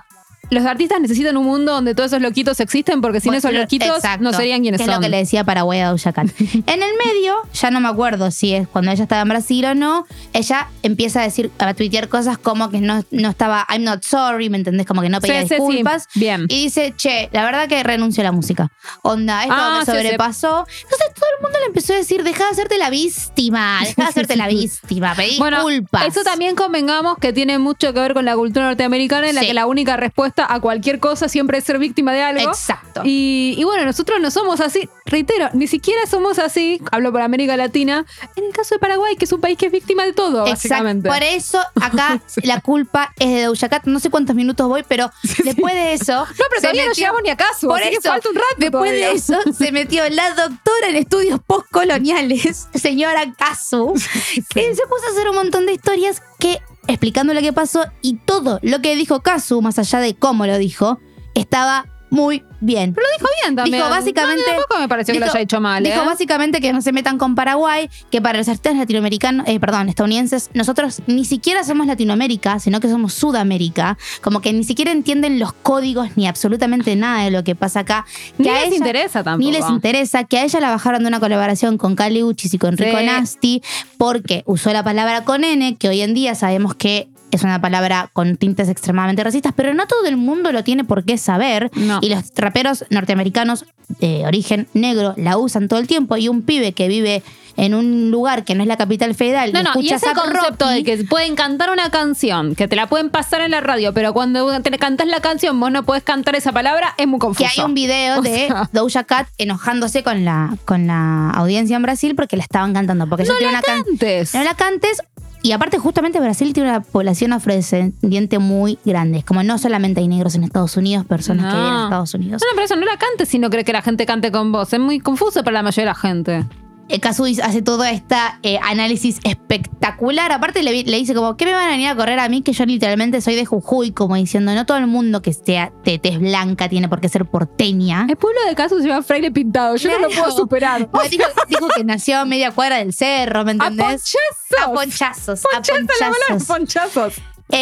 B: los artistas necesitan un mundo donde todos esos loquitos existen, porque sin esos loquitos
C: exacto,
B: no serían quienes
C: que
B: son.
C: Es lo que le decía Paraguay a Doja Cat. En el medio, ya no me acuerdo si es cuando ella estaba en Brasil o no, ella empieza a tuitear cosas como que no estaba, I'm not sorry, ¿me entendés? Como que no pedía disculpas.
B: Sí. Bien.
C: Y dice, che, la verdad que renuncio a la música. Onda, esto me sobrepasó. Entonces todo el mundo le empezó a decir, deja de hacerte la víctima, deja de hacerte la víctima, pedí disculpas.
B: Eso también convengamos que tiene mucho que ver con la cultura norteamericana, en la que la única respuesta a cualquier cosa siempre es ser víctima de algo.
C: Exacto.
B: Y bueno, nosotros no somos así, reitero, ni siquiera somos así, hablo por América Latina, en el caso de Paraguay, que es un país que es víctima de todo, básicamente.
C: Por eso acá la culpa es de Doja Cat. No sé cuántos minutos voy, pero después de eso...
B: No, pero todavía no llegamos ni a caso,
C: por
B: así
C: eso,
B: que falta un rato
C: después
B: todavía.
C: de eso se metió la doctora en estudios postcoloniales, señora Casu, que se puso a hacer un montón de historias explicando lo que pasó, y todo lo que dijo Casu, más allá de cómo lo dijo, estaba muy bien.
B: Pero lo dijo bien también.
C: Dijo básicamente...
B: No, tampoco me pareció que lo haya hecho mal.
C: Dijo básicamente que no se metan con Paraguay, que para los artistas latinoamericanos, estadounidenses, nosotros ni siquiera somos Latinoamérica, sino que somos Sudamérica. Como que ni siquiera entienden los códigos ni absolutamente nada de lo que pasa acá.
B: Ni les interesa tampoco.
C: Ni les interesa. Que a ella la bajaron de una colaboración con Kali Uchis y con Rico Nasty porque usó la palabra con N, que hoy en día sabemos que es una palabra con tintes extremadamente racistas, pero no todo el mundo lo tiene por qué saber.
B: No.
C: Y los raperos norteamericanos de origen negro la usan todo el tiempo. Y un pibe que vive en un lugar que no es la capital federal
B: y ese concepto de que pueden cantar una canción, que te la pueden pasar en la radio, pero cuando te cantás la canción vos no podés cantar esa palabra, es muy confuso.
C: Que hay un video de Doja Cat enojándose con la audiencia en Brasil porque la estaban cantando. Porque
B: no la cantes.
C: No la cantes. Y aparte, justamente Brasil tiene una población afrodescendiente muy grande. Es como no solamente hay negros en Estados Unidos, personas que viven en Estados Unidos.
B: No, pero eso no la cantes si no crees que la gente cante con vos. Es muy confuso para la mayoría de la gente.
C: Casu hace todo este análisis espectacular. Aparte le dice como, ¿qué me van a venir a correr a mí? Que yo literalmente soy de Jujuy, como diciendo, no todo el mundo que sea de tez blanca tiene por qué ser porteña.
B: El pueblo de Casu se llama Fraile Pintado. Yo no lo puedo superar.
C: No, dijo que nació a media cuadra del cerro, ¿me entendés?
B: A ponchazos.
C: A ponchazos.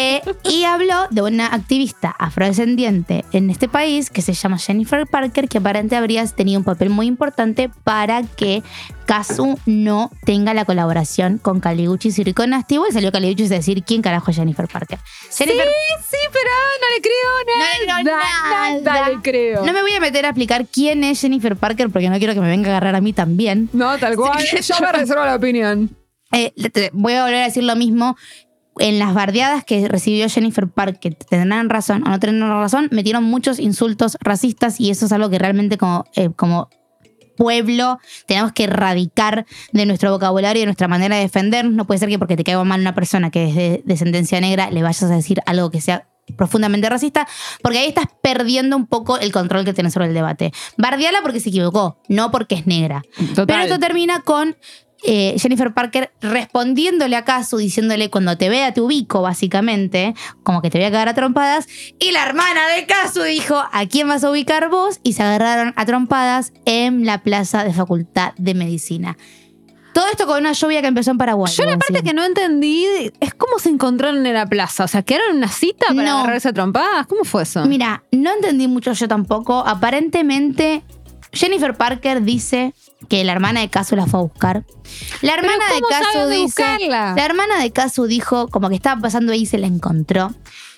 C: Y habló de una activista afrodescendiente en este país que se llama Jennifer Parker, que aparentemente habría tenido un papel muy importante para que Casu no tenga la colaboración con Kali Uchis y Rico Nasty. Y salió Kali Uchis a decir quién carajo es Jennifer Parker.
B: Sí, pero no le creo nada. No le creo.
C: No me voy a meter a explicar quién es Jennifer Parker porque no quiero que me venga a agarrar a mí también.
B: No, tal cual. Yo me reservo la opinión.
C: Voy a volver a decir lo mismo. En las bardeadas que recibió Jennifer Parker, tendrán razón o no tendrán razón, metieron muchos insultos racistas y eso es algo que realmente como pueblo tenemos que erradicar de nuestro vocabulario y de nuestra manera de defendernos. No puede ser que porque te caiga mal una persona que es de descendencia negra le vayas a decir algo que sea profundamente racista, porque ahí estás perdiendo un poco el control que tenés sobre el debate. Bardeala porque se equivocó, no porque es negra.
B: Total.
C: Pero esto termina con Jennifer Parker respondiéndole a Casu, diciéndole cuando te vea te ubico, básicamente, como que te voy a cagar a trompadas. Y la hermana de Casu dijo, ¿a quién vas a ubicar vos? Y se agarraron a trompadas en la plaza de Facultad de Medicina. Todo esto con una lluvia que empezó en Paraguay.
B: Yo la parte que no entendí es cómo se encontraron en la plaza. O sea, ¿quedaron en una cita para agarrarse a trompadas? ¿Cómo fue eso?
C: Mira, no entendí mucho yo tampoco. Aparentemente, Jennifer Parker dice que la hermana de Casu la fue a buscar. La hermana de Casu dice... La hermana de Casu dijo como que estaba pasando ahí y se la encontró.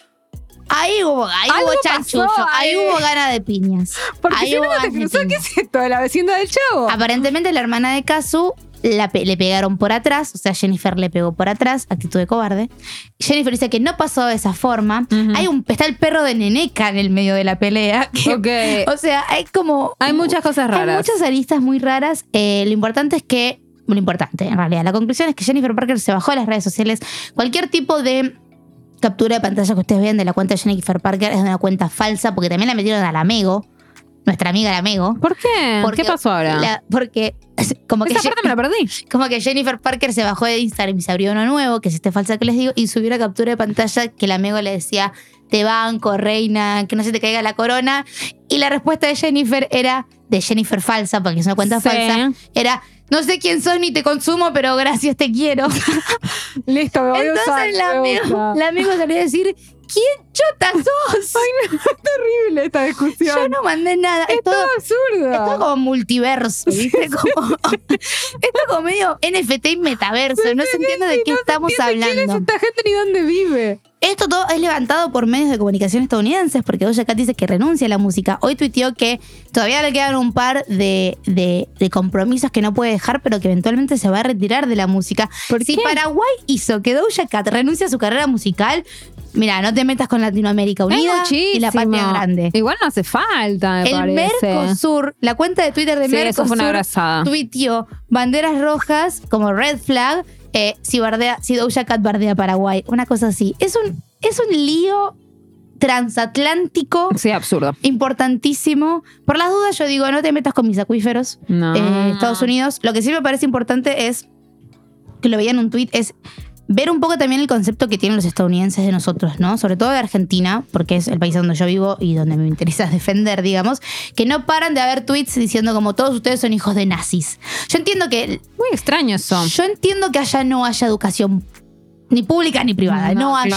C: Ahí hubo chanchullo, ahí hubo gana de piñas.
B: Porque si no te cruzó, ¿qué es esto? ¿De la vecina del chavo?
C: Aparentemente la hermana de Casu le pegaron por atrás, o sea, Jennifer le pegó por atrás, actitud de cobarde. Jennifer dice que no pasó de esa forma. Está el perro de Neneca en el medio de la pelea. O sea, hay
B: muchas cosas raras.
C: Hay muchas aristas muy raras. Lo importante es que... Lo importante, en realidad, la conclusión es que Jennifer Parker se bajó de las redes sociales. Cualquier tipo de captura de pantalla que ustedes vean de la cuenta de Jennifer Parker es de una cuenta falsa, porque también la metieron a la Mego, nuestra amiga la Mego.
B: ¿Por qué? ¿Qué pasó ahora?
C: Porque como que
B: esa parte me la perdí.
C: Como que Jennifer Parker se bajó de Instagram y se abrió uno nuevo, que es este falsa que les digo, y subió una captura de pantalla que la Mego le decía, te banco, reina, que no se te caiga la corona. Y la respuesta de Jennifer era, de Jennifer falsa, porque es una cuenta falsa, era... No sé quién sos ni te consumo, pero gracias, te quiero.
B: Listo, me voy a usar.
C: Entonces la amigo salió a decir, ¿quién chota sos?
B: Ay, no, es terrible esta discusión.
C: Yo no mandé nada.
B: Es todo absurdo.
C: Es todo como multiverso, ¿viste? Como, esto como medio NFT y metaverso. No se entiende de qué estamos hablando.
B: ¿Quién es esta gente ni dónde vive?
C: Esto todo es levantado por medios de comunicación estadounidenses, porque Doja Cat dice que renuncia a la música. Hoy tuiteó que todavía le quedan un par de compromisos que no puede dejar, pero que eventualmente se va a retirar de la música. Si Paraguay hizo que Doja Cat renuncie a su carrera musical, mira, no te metas con Latinoamérica Unida y la patria grande.
B: Igual no hace falta, me parece.
C: Mercosur, la cuenta de Twitter de Mercosur,
B: eso fue una abrazada.
C: Tuiteó banderas rojas como red flag si Doja Cat bardea Paraguay. Una cosa así. Es un lío transatlántico.
B: Sí, absurdo.
C: Importantísimo. Por las dudas yo digo, no te metas con mis acuíferos.
B: No.
C: Estados Unidos. Lo que sí me parece importante es, que lo veía en un tuit, es ver un poco también el concepto que tienen los estadounidenses de nosotros, ¿no? Sobre todo de Argentina, porque es el país donde yo vivo y donde me interesa defender, digamos, que no paran de haber tweets diciendo como todos ustedes son hijos de nazis. Yo entiendo que...
B: Muy extraño eso.
C: Yo entiendo que allá no haya educación ni pública ni privada, no haya.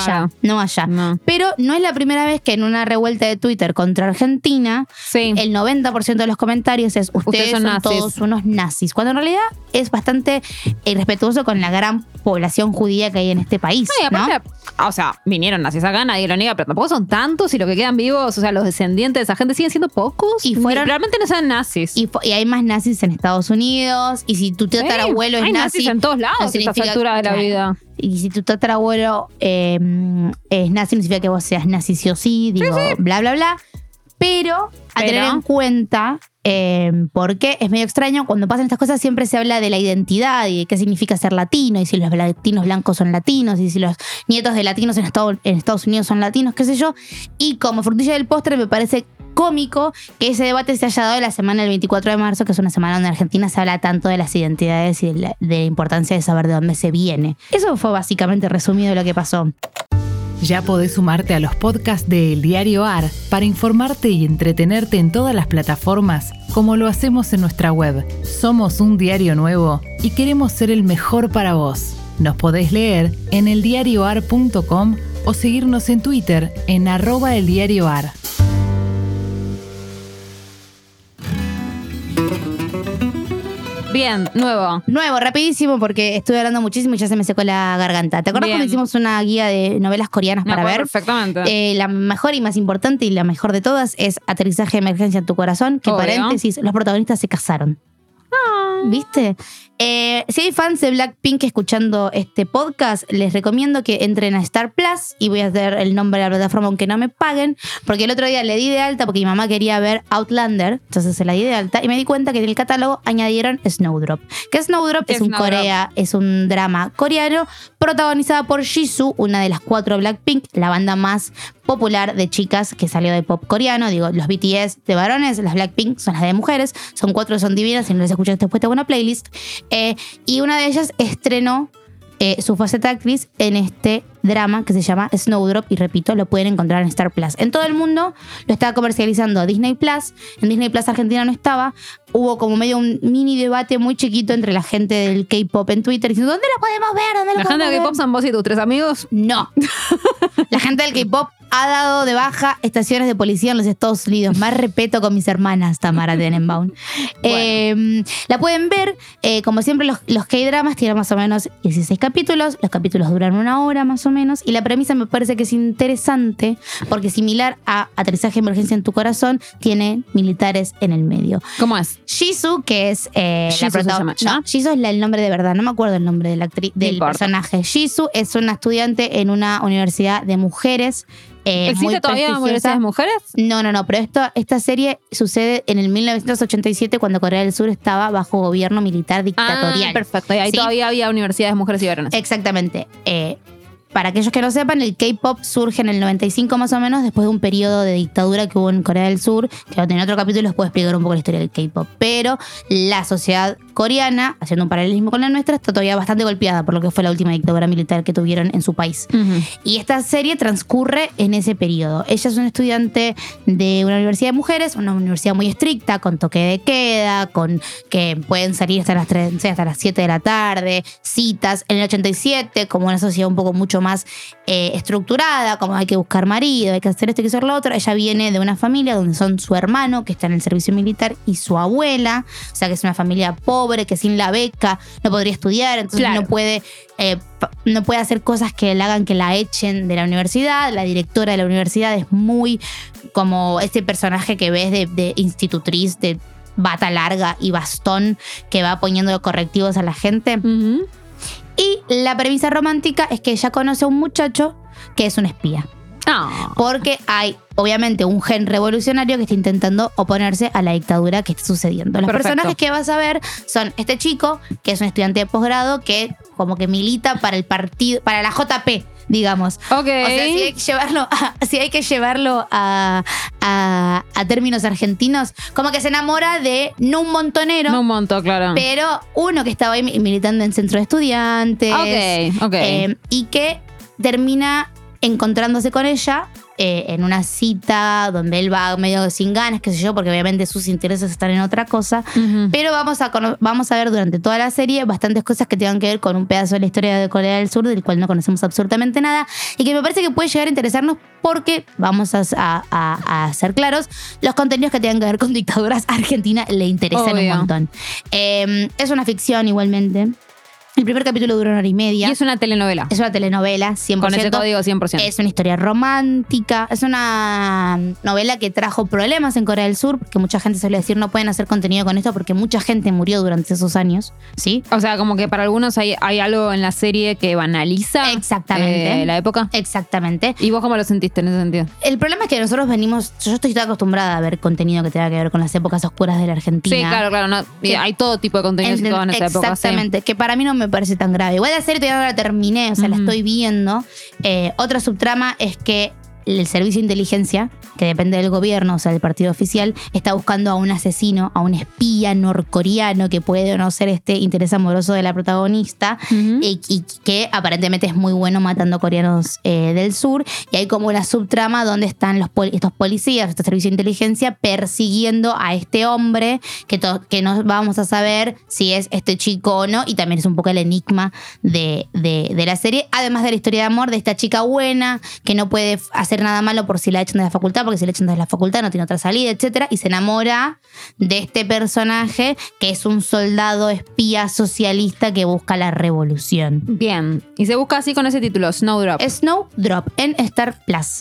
B: No.
C: Pero no es la primera vez que en una revuelta de Twitter contra Argentina, el 90% de los comentarios es ustedes son todos unos nazis, cuando en realidad es bastante irrespetuoso con la gran población judía que hay en este país.
B: No, y aparte, o sea, vinieron nazis acá, nadie lo niega, pero tampoco son tantos y los que quedan vivos, o sea, los descendientes de esa gente siguen siendo pocos. Y realmente no sean nazis.
C: Y hay más nazis en Estados Unidos, y si tu tatarabuelo es
B: hay
C: nazi,
B: nazis en todos lados a estas alturas de la vida.
C: Y si tu tatarabuelo es nazi, no significa que vos seas nazi sí o sí, digo, bla, bla, bla. Pero a tener en cuenta, porque es medio extraño, cuando pasan estas cosas siempre se habla de la identidad y de qué significa ser latino, y si los latinos blancos son latinos, y si los nietos de latinos en Estados Unidos son latinos, qué sé yo. Y como frutilla del postre me parece cómico que ese debate se haya dado la semana del 24 de marzo, que es una semana donde en Argentina se habla tanto de las identidades y de la importancia de saber de dónde se viene. Eso fue básicamente resumido lo que pasó.
A: Ya podés sumarte a los podcasts de El Diario AR para informarte y entretenerte en todas las plataformas, como lo hacemos en nuestra web. Somos un diario nuevo y queremos ser el mejor para vos. Nos podés leer en eldiarioar.com o seguirnos en Twitter en @eldiarioar.
B: Bien, nuevo,
C: rapidísimo, porque estuve hablando muchísimo y ya se me secó la garganta. ¿Te acuerdas cuando hicimos una guía de novelas coreanas para ver?
B: Perfectamente.
C: La mejor y más importante y la mejor de todas es Aterrizaje de Emergencia en tu Corazón, que paréntesis, los protagonistas se casaron. ¿Viste? Si hay fans de Blackpink escuchando este podcast, les recomiendo que entren a Star Plus, y voy a dar el nombre de la plataforma aunque no me paguen, porque el otro día le di de alta porque mi mamá quería ver Outlander, entonces se la di de alta y me di cuenta que en el catálogo añadieron Snowdrop. Que Snowdrop es un drama coreano protagonizada por Jisoo, una de las 4 Blackpink, la banda más popular de chicas que salió de pop coreano. Digo, los BTS de varones, las Blackpink son las de mujeres, son 4, son divinas, si no les escuchas después te hago una playlist. Y una de ellas estrenó su faceta actriz en este drama que se llama Snowdrop, y repito, lo pueden encontrar en Star Plus. En todo el mundo lo estaba comercializando Disney Plus. En Disney Plus Argentina no estaba. Hubo como medio un mini debate muy chiquito entre la gente del K-pop en Twitter diciendo, ¿dónde lo podemos ver?
B: ¿La gente del K-pop son vos y tus 3 amigos?
C: No. La gente del K-pop ha dado de baja estaciones de policía en los Estados Unidos. Más respeto con mis hermanas, Tamara Tenenbaum. La pueden ver. Como siempre, los K-dramas tienen más o menos 16 capítulos. Los capítulos duran 1 hora más o menos. Y la premisa me parece que es interesante porque, similar a Aterrizaje de Emergencia en tu Corazón, tiene militares en el medio.
B: ¿Cómo es?
C: Jisoo, que es la protagonista. No, Jisoo es el nombre de verdad. No me acuerdo el nombre de la actriz, del personaje. Jisoo es una estudiante en una universidad de mujeres.
B: ¿Existe todavía universidades de mujeres?
C: No, pero esta serie sucede en el 1987, cuando Corea del Sur estaba bajo gobierno militar dictatorial.
B: Perfecto. Y ahí todavía había universidades de mujeres y varones.
C: Exactamente. Para aquellos que no sepan, el K-pop surge en el 95 más o menos, después de un periodo de dictadura que hubo en Corea del Sur, que en otro capítulo les puedo explicar un poco la historia del K-pop. Pero la sociedad coreana, haciendo un paralelismo con la nuestra, está todavía bastante golpeada por lo que fue la última dictadura militar que tuvieron en su país. Y esta serie transcurre en ese periodo. Ella es una estudiante de una universidad de mujeres, una universidad muy estricta, con toque de queda, con que pueden salir hasta las 7 de la tarde, citas. En el 87, como una sociedad un poco mucho más estructurada, como hay que buscar marido, hay que hacer esto, hay que hacer lo otro. Ella viene de una familia donde son su hermano, que está en el servicio militar, y su abuela, o sea que es una familia pobre, que sin la beca no podría estudiar, entonces no puede hacer cosas que le hagan que la echen de la universidad. La directora de la universidad es muy como este personaje que ves de institutriz, de bata larga y bastón, que va poniendo correctivos a la gente.
B: Uh-huh.
C: Y la premisa romántica es que ella conoce a un muchacho que es un espía.
B: Oh.
C: Porque hay, obviamente, un gen revolucionario que está intentando oponerse a la dictadura que está sucediendo. Los personajes que vas a ver son este chico, que es un estudiante de posgrado, que como que milita para el partido, para la JP, digamos.
B: Ok.
C: O sea, si hay que llevarlo a términos argentinos, como que se enamora de no un montonero.
B: No un monto, claro.
C: Pero uno que estaba ahí militando en centro de estudiantes.
B: Ok.
C: Y que termina encontrándose con ella en una cita donde él va medio sin ganas, qué sé yo, porque obviamente sus intereses están en otra cosa.
B: Uh-huh.
C: Pero vamos a ver durante toda la serie bastantes cosas que tengan que ver con un pedazo de la historia de Corea del Sur, del cual no conocemos absolutamente nada, y que me parece que puede llegar a interesarnos porque, vamos a ser claros, los contenidos que tengan que ver con dictaduras argentinas le interesan un montón. Es una ficción igualmente. El primer capítulo dura 1 hora y media.
B: Y es una telenovela.
C: Es una telenovela, 100%.
B: Con ese código 100%.
C: Es una historia romántica. Es una novela que trajo problemas en Corea del Sur, porque mucha gente suele decir no pueden hacer contenido con esto porque mucha gente murió durante esos años, ¿sí?
B: O sea, como que para algunos hay algo en la serie que banaliza.
C: Exactamente.
B: La época.
C: Exactamente.
B: ¿Y vos cómo lo sentiste en ese sentido?
C: El problema es que nosotros yo estoy toda acostumbrada a ver contenido que tenga que ver con las épocas oscuras de la Argentina.
B: Sí, claro. No, hay todo tipo de contenido situado en esa época.
C: Exactamente, que para mí no me parece tan grave. Igual la serie todavía no la terminé, o sea, la estoy viendo. Otra subtrama es que el servicio de inteligencia, que depende del gobierno, o sea, del partido oficial, está buscando a un asesino, a un espía norcoreano que puede o no ser este interés amoroso de la protagonista, y que aparentemente es muy bueno matando coreanos del sur. Y hay como una subtrama donde están estos policías, este servicio de inteligencia, persiguiendo a este hombre que no vamos a saber si es este chico o no, y también es un poco el enigma de la serie, además de la historia de amor de esta chica buena que no puede hacer nada malo por si la echan de la facultad, porque si la echan de la facultad no tiene otra salida, etcétera, y se enamora de este personaje que es un soldado espía socialista que busca la revolución.
B: Bien, y se busca así con ese título, Snowdrop.
C: Snowdrop en Star Plus.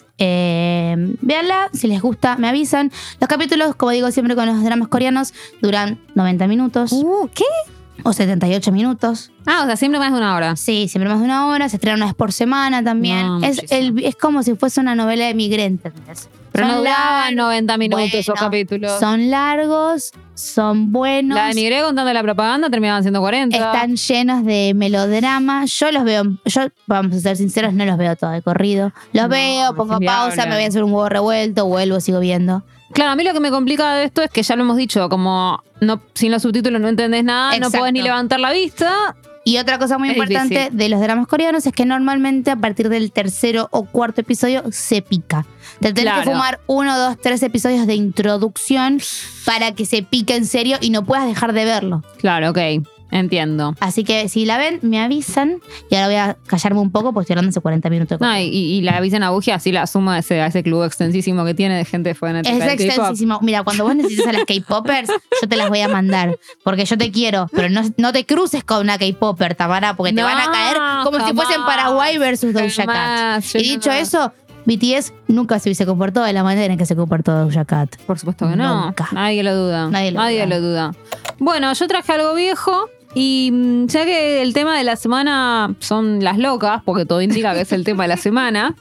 C: Véanla, si les gusta me avisan. Los capítulos, como digo siempre con los dramas coreanos, duran 90 minutos.
B: ¿Qué?
C: O 78 minutos.
B: O sea, siempre más de 1 hora.
C: Sí, siempre más de 1 hora. Se estrena una vez por semana también.
B: No,
C: es como si fuese una novela de migrante.
B: Pero no duraban 90 minutos esos capítulos.
C: Son largos, son buenos.
B: La de Migré contando la propaganda terminaban siendo 40.
C: Están llenos de melodrama. Vamos a ser sinceros, no los veo todo de corrido. Los veo, pongo pausa, me voy a hacer un huevo revuelto, vuelvo, sigo viendo.
B: Claro, a mí lo que me complica de esto es que ya lo hemos dicho, como sin los subtítulos no entendés nada,
C: Exacto.
B: No podés ni levantar la vista.
C: Y otra cosa muy importante
B: difícil
C: de los dramas coreanos es que normalmente a partir del 3.er o 4.er episodio se pica. Te tenés que fumar 1, 2, 3 episodios de introducción para que se pique en serio y no puedas dejar de verlo.
B: Claro, ok. Entiendo.
C: Así que si la ven, me avisan. Y ahora voy a callarme un poco porque estoy hablando hace 40 minutos.
B: Y la avisan a Buji, así la suma a ese club extensísimo que tiene de gente fanática
C: Es extensísimo. Mira, cuando vos necesites a las K-Popers, yo te las voy a mandar. Porque yo te quiero. Pero no te cruces con una K-Popper, Tamara, porque te van a caer como si fuesen Paraguay versus Doja Cat. Y dicho eso, BTS nunca se hubiese comportado de la manera en que se comportó Doja Cat.
B: Por supuesto que no.
C: Nunca.
B: Nadie lo duda.
C: Nadie
B: lo duda. Bueno, yo traje algo viejo. Y ya que el tema de la semana son las locas, porque todo indica que es el tema de la semana,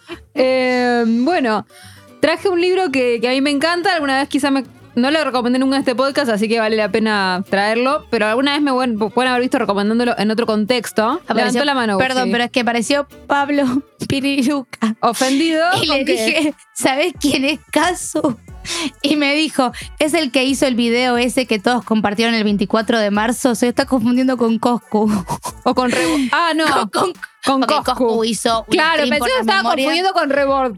B: bueno, traje un libro que a mí me encanta. Alguna vez quizá no lo recomendé nunca en este podcast, así que vale la pena traerlo. Pero alguna vez me pueden haber visto recomendándolo en otro contexto. Levantó la mano.
C: Perdón, pero es que apareció Pablo Piriluca.
B: Ofendido.
C: Y le dije, ¿sabés quién es Casu? Y me dijo, es el que hizo el video ese que todos compartieron el 24 de marzo. Se está confundiendo con Coscu.
B: O con Rebu. No. Con
C: porque
B: Coscu.
C: Coscu hizo un
B: Claro,
C: stream
B: pensé
C: por
B: que
C: las
B: estaba
C: memorias.
B: confundiendo con Rebord.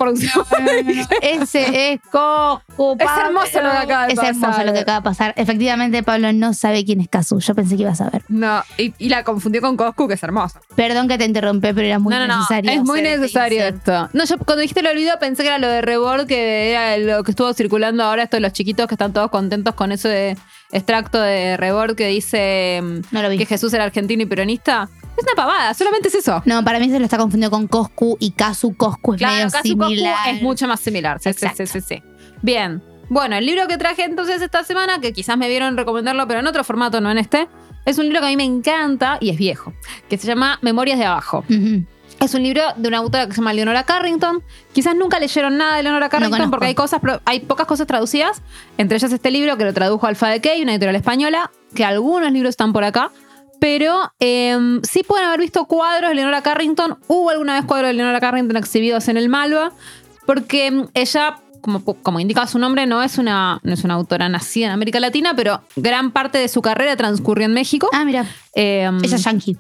C: Ese es Coscu.
B: Es hermoso lo que acaba de
C: Es hermoso
B: pasar.
C: lo que acaba de pasar. Efectivamente, Pablo no sabe quién es Kazu. Yo pensé que iba a saber.
B: No, y la confundió con Coscu, que es hermoso.
C: Perdón que te interrumpí, pero era muy necesario.
B: es muy
C: hacer este
B: necesario
C: insert.
B: esto. No, yo cuando dijiste lo olvido pensé que era lo de Rebord, que era lo que estuvo circulando ahora, esto de los chiquitos que están todos contentos con eso de extracto de Rebord que dice
C: No lo vi.
B: que Jesús era argentino y peronista. Es una pavada, solamente es eso.
C: No, para mí se lo está confundiendo con Coscu y Kazu. Coscu es
B: Claro,
C: medio
B: casi Coscu
C: similar.
B: es mucho más similar. Sí. Bien. Bueno, el libro que traje entonces esta semana, que quizás me vieron recomendarlo, pero en otro formato, no en este, es un libro que a mí me encanta y es viejo, que se llama Memorias de Abajo.
C: Ujú.
B: Es un libro de una autora que se llama Leonora Carrington. Quizás nunca leyeron nada de Leonora Carrington
C: conozco.
B: porque hay pocas cosas traducidas. Entre ellas este libro que lo tradujo Alfa de Key, una editorial española, que algunos libros están por acá. Pero sí pueden haber visto cuadros de Leonora Carrington. Hubo alguna vez cuadros de Leonora Carrington exhibidos en el Malva, porque ella, como indica su nombre, no es una autora nacida en América Latina, pero gran parte de su carrera transcurrió en México.
C: Ah, mira. Ella es yankee.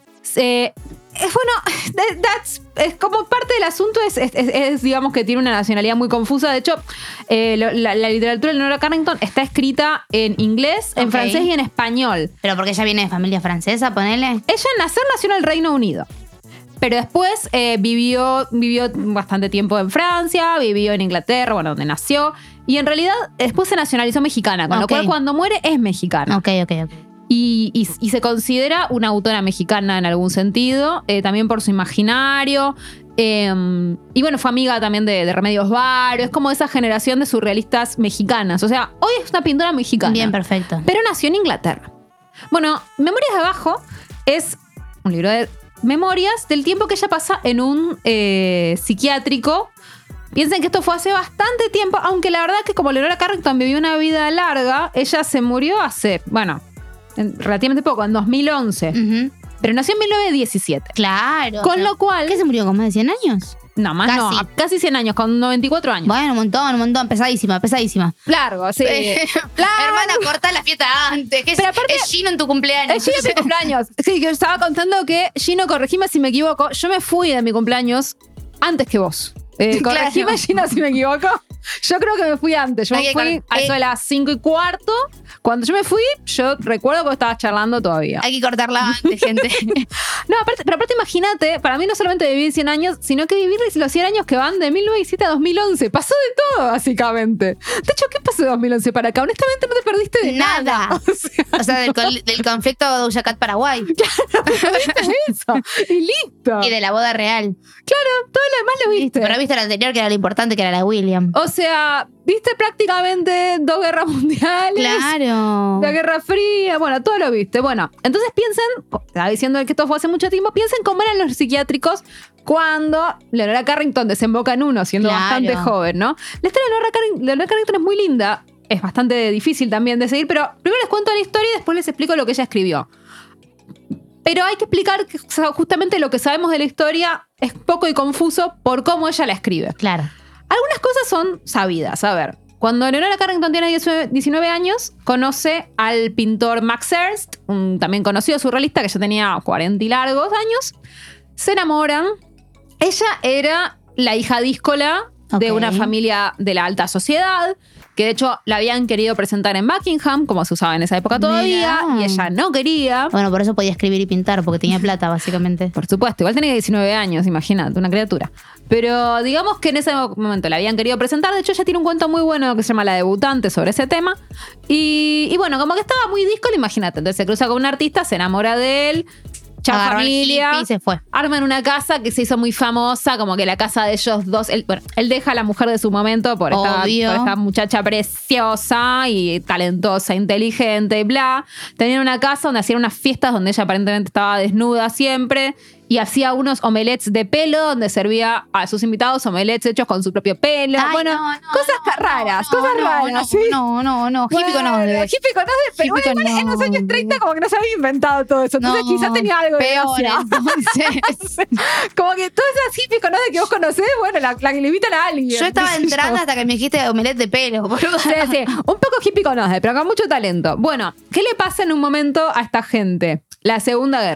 B: Bueno, es como parte del asunto es, digamos, que tiene una nacionalidad muy confusa. De hecho, la literatura de Leonora Carrington está escrita en inglés, en
C: Ok.
B: francés y en español.
C: Pero porque ella viene de familia francesa, ponele.
B: Ella nació en el Reino Unido. Pero después vivió bastante tiempo en Francia, vivió en Inglaterra, bueno, donde nació. Y en realidad después se nacionalizó mexicana, con lo
C: Ok.
B: cual cuando muere es mexicana.
C: Ok.
B: Y se considera una autora mexicana en algún sentido, también por su imaginario. Y bueno, fue amiga también de Remedios Varo. Es como esa generación de surrealistas mexicanas. O sea, hoy es una pintora mexicana.
C: Bien, perfecto.
B: Pero nació en Inglaterra. Bueno, Memorias de Abajo es un libro de memorias del tiempo que ella pasa en un psiquiátrico. Piensen que esto fue hace bastante tiempo, aunque la verdad que como Leonora Carrington vivió una vida larga, ella se murió hace, relativamente poco, en 2011.
C: Ujú.
B: Pero nació en 1917.
C: Claro.
B: Con lo cual...
C: ¿Qué se murió con más de 100 años?
B: No, más
C: Casi.
B: no. Casi 100 años, con 94 años.
C: Bueno, un montón. Pesadísima.
B: Largo, sí.
C: Hermana, corta la fiesta antes. Que
B: Pero aparte-
C: es Gino en tu cumpleaños.
B: Es Gino en mi cumpleaños. Sí, que yo estaba contando que, Gino, corregime si me equivoco, yo me fui de mi cumpleaños antes que vos. Corregime,
C: Claro.
B: Gino, si me equivoco. Yo creo que me fui antes. Yo
C: Hay
B: me
C: que
B: fui
C: cor-
B: a eso de las 5:15. Cuando yo me fui, yo recuerdo que estabas charlando todavía.
C: Hay que cortarla antes, gente.
B: No, pero aparte imagínate, para mí no solamente vivir 100 años, sino que vivir los 100 años que van de 1917 a 2011. Pasó de todo, básicamente. De hecho, ¿qué pasó de 2011 para acá? Honestamente no te perdiste de nada.
C: O sea, del conflicto de Doja Cat Paraguay.
B: Eso. Y listo.
C: Y de la boda real.
B: Todo lo demás lo viste.
C: Pero viste la anterior, que era lo importante, que era la de William.
B: O sea, viste prácticamente 2 guerras mundiales.
C: Claro.
B: La Guerra Fría, bueno, todo lo viste. Bueno, entonces piensen, estaba diciendo que esto fue hace mucho tiempo, piensen cómo eran los psiquiátricos cuando Leonora Carrington desemboca en uno, siendo
C: Claro.
B: bastante joven, ¿no? La historia de Leonora Carrington es muy linda, es bastante difícil también de seguir, pero primero les cuento la historia y después les explico lo que ella escribió. Pero hay que explicar que justamente lo que sabemos de la historia es poco y confuso por cómo ella la escribe.
C: Claro.
B: Algunas cosas son sabidas. A ver, cuando Leonora Carrington tiene 19 años, conoce al pintor Max Ernst, un también conocido surrealista que ya tenía 40 y largos años. Se enamoran. Ella era la hija díscola de
C: Ok.
B: una familia de la alta sociedad, que de hecho la habían querido presentar en Buckingham, como se usaba en esa época todavía,
C: Mirá.
B: y ella no quería.
C: Bueno, por eso podía escribir y pintar, porque tenía plata, básicamente.
B: Por supuesto, igual tenía 19 años, imagínate, una criatura. Pero digamos que en ese momento la habían querido presentar. De hecho, ella tiene un cuento muy bueno que se llama La Debutante sobre ese tema. Y bueno, como que estaba muy díscolo, imagínate. Entonces se cruza con un artista, se enamora de él. Chao
C: Agarró el
B: familia.
C: hippie y se fue.
B: Arman una casa que se hizo muy famosa, como que la casa de ellos dos. Él deja a la mujer de su momento por
C: Obvio.
B: esta muchacha preciosa y talentosa, inteligente y bla. Tenían una casa donde hacían unas fiestas donde ella aparentemente estaba desnuda siempre. Y hacía unos omelets de pelo donde servía a sus invitados omelets hechos con su propio pelo.
C: Ay,
B: bueno,
C: no,
B: cosas raras, cosas raras. ¿sí?
C: No, hippie con
B: Bueno,
C: ode.
B: hippie con ode, pero
C: Hippie
B: bueno,
C: con
B: en los años
C: ode.
B: 30 como que no se había inventado todo eso. Entonces
C: No,
B: quizás tenía algo de
C: peor,
B: gracia.
C: entonces.
B: Como que todas esas hippies con ode que vos conocés, bueno, la que le invitan a alguien.
C: Yo estaba
B: qué sé
C: entrando hasta que me dijiste omelette de pelo, boludo.
B: Sí, sí, un poco hippie con ode, pero con mucho talento. Bueno, ¿qué le pasa en un momento a esta gente? La Segunda Guerra.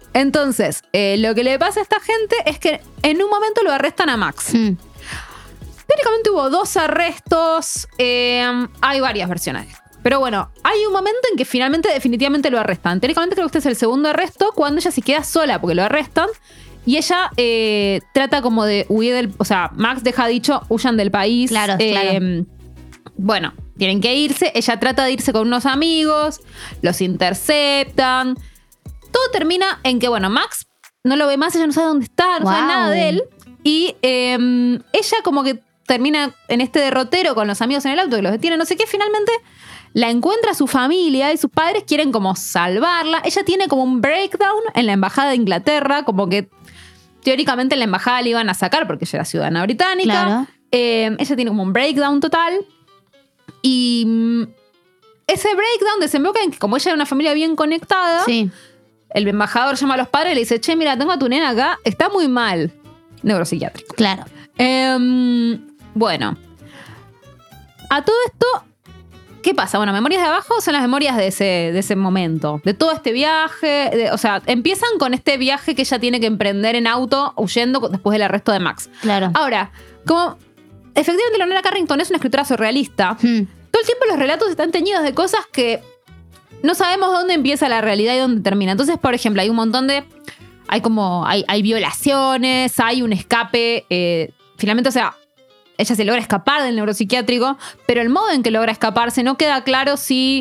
B: Entonces, lo que le pasa a esta gente es que en un momento lo arrestan a Max. Teóricamente hubo 2 arrestos. Hay varias versiones. Pero bueno, hay un momento en que finalmente definitivamente lo arrestan. Teóricamente creo que este es el segundo arresto, cuando ella se queda sola porque lo arrestan. Y ella trata como de huir del... O sea, Max deja dicho, huyan del país.
C: Claro.
B: Bueno, tienen que irse. Ella trata de irse con unos amigos. Los interceptan. Todo termina en que, bueno, Max no lo ve más. Ella no sabe dónde está, no sabe nada de él. Y ella como que termina en este derrotero con los amigos en el auto que los detienen, no sé qué. Finalmente la encuentra su familia y sus padres quieren como salvarla. Ella tiene como un breakdown en la embajada de Inglaterra, como que teóricamente en la embajada le iban a sacar porque ella era ciudadana británica.
C: Claro.
B: Ella tiene como un breakdown total. Y ese breakdown desemboca en que como ella era una familia bien conectada,
C: Sí.
B: el embajador llama a los padres y le dice, che, mira, tengo a tu nena acá, está muy mal. Neuropsiquiátrico.
C: Claro.
B: Bueno. A todo esto, ¿qué pasa? Bueno, Memorias de Abajo son las memorias de ese momento. De todo este viaje. O sea, empiezan con este viaje que ella tiene que emprender en auto, huyendo después del arresto de Max.
C: Claro.
B: Ahora, como efectivamente Leonora Carrington es una escritora surrealista, todo el tiempo los relatos están teñidos de cosas que no sabemos dónde empieza la realidad y dónde termina. Entonces, por ejemplo, hay un montón de... Hay violaciones, hay un escape. Finalmente, o sea, ella se logra escapar del neuropsiquiátrico, pero el modo en que logra escaparse no queda claro si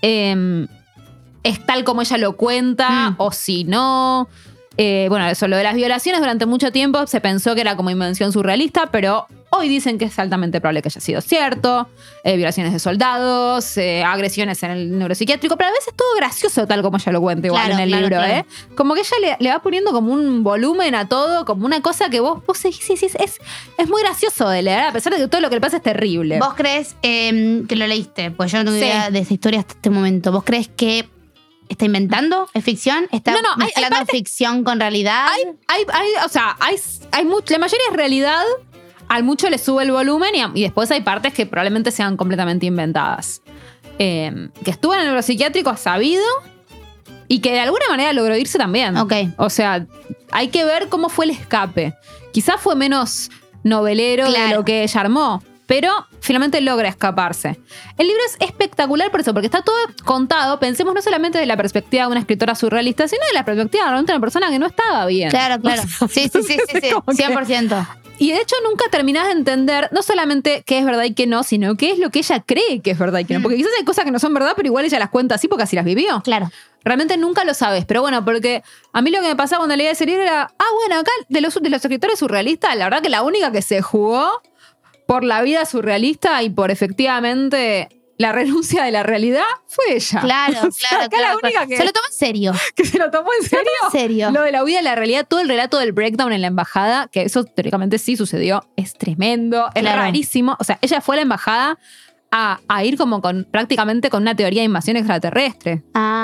B: es tal como ella lo cuenta o si no. Bueno, eso, lo de las violaciones durante mucho tiempo se pensó que era como invención surrealista, pero hoy dicen que es altamente probable que haya sido cierto. Violaciones de soldados, agresiones en el neuropsiquiátrico, pero a veces todo gracioso tal como ella lo cuenta igual en el libro,
C: claro.
B: Como que ella le va poniendo como un volumen a todo, como una cosa que vos sí, es muy gracioso de leer, a pesar de que todo lo que le pasa es terrible.
C: ¿Vos crees que lo leíste? Pues yo no tengo idea de esa historia hasta este momento. ¿Vos crees que está inventando? ¿Es ficción? ¿Está mezclando ficción con realidad?
B: La mayoría es realidad. Al mucho le sube el volumen y después hay partes que probablemente sean completamente inventadas. Que estuvo en el neuropsiquiátrico sabido y que de alguna manera logró irse también.
C: Ok.
B: O sea, hay que ver cómo fue el escape. Quizás fue menos novelero de lo que ella armó, pero finalmente logra escaparse. El libro es espectacular por eso, porque está todo contado, pensemos no solamente de la perspectiva de una escritora surrealista, sino de la perspectiva de una persona que no estaba bien.
C: Claro. Sí, 100%.
B: Y de hecho nunca terminás de entender no solamente qué es verdad y qué no, sino qué es lo que ella cree que es verdad y qué no. Porque quizás hay cosas que no son verdad, pero igual ella las cuenta así porque así las vivió.
C: Claro.
B: Realmente nunca lo sabes. Pero bueno, porque a mí lo que me pasaba cuando leía ese libro era, bueno, acá de los escritores surrealistas, la verdad que la única que se jugó por la vida surrealista y por efectivamente la renuncia de la realidad fue ella.
C: Claro,
B: o sea, acá la única que
C: se lo tomó en serio.
B: ¿Que se lo tomó en serio?
C: ¿En serio?
B: Lo de la huida de la realidad, todo el relato del breakdown en la embajada, que eso teóricamente sí sucedió, es tremendo, es rarísimo. O sea, ella fue a la embajada a ir como prácticamente con una teoría de invasión extraterrestre.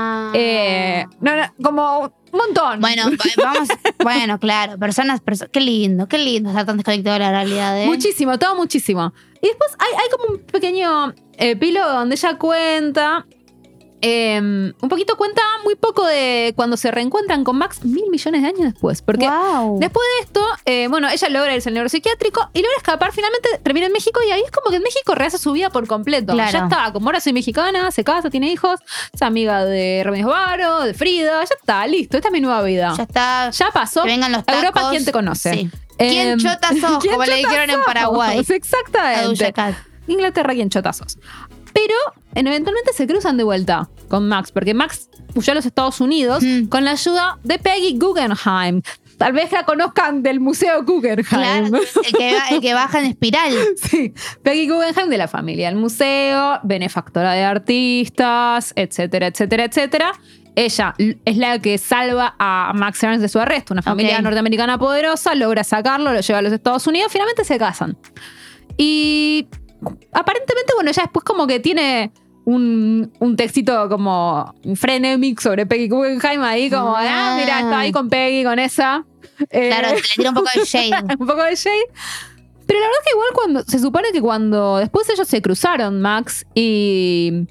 B: Como un montón.
C: Bueno, vamos. Bueno, claro. Personas. Qué lindo estar tan desconectado de la realidad.
B: Muchísimo, todo muchísimo. Y después hay como un pequeño epílogo donde ella cuenta. Un poquito cuenta muy poco de cuando se reencuentran con Max 1.000 millones de años después. Porque después de esto, ella logra irse al neuropsiquiátrico y logra escapar. Finalmente termina en México y ahí es como que en México rehace su vida por completo.
C: Claro.
B: Ya está, como ahora soy mexicana, se casa, tiene hijos, es amiga de Remedios Varo, de Frida, ya está, listo, esta es mi nueva vida.
C: Ya está.
B: Ya pasó.
C: Que vengan los tacos.
B: Europa, ¿quién te conoce?
C: Sí. ¿Quién chota sos? Como le dijeron en Paraguay.
B: Exactamente. Inglaterra, ¿quién chota sos? Pero eventualmente se cruzan de vuelta con Max, porque Max huyó a los Estados Unidos con la ayuda de Peggy Guggenheim. Tal vez la conozcan del Museo Guggenheim.
C: Claro, el que baja en espiral.
B: Sí, Peggy Guggenheim de la familia del museo, benefactora de artistas, etcétera, etcétera, etcétera. Ella es la que salva a Max Ernst de su arresto. Una familia norteamericana poderosa, logra sacarlo, lo lleva a los Estados Unidos, finalmente se casan. Y aparentemente, ella después como que tiene un textito como un frenemic sobre Peggy Guggenheim ahí, como, mira, está ahí con Peggy, con esa.
C: Claro, le tira un poco de shade.
B: Un poco de shade. Pero la verdad es que igual se supone que cuando después ellos se cruzaron, Max y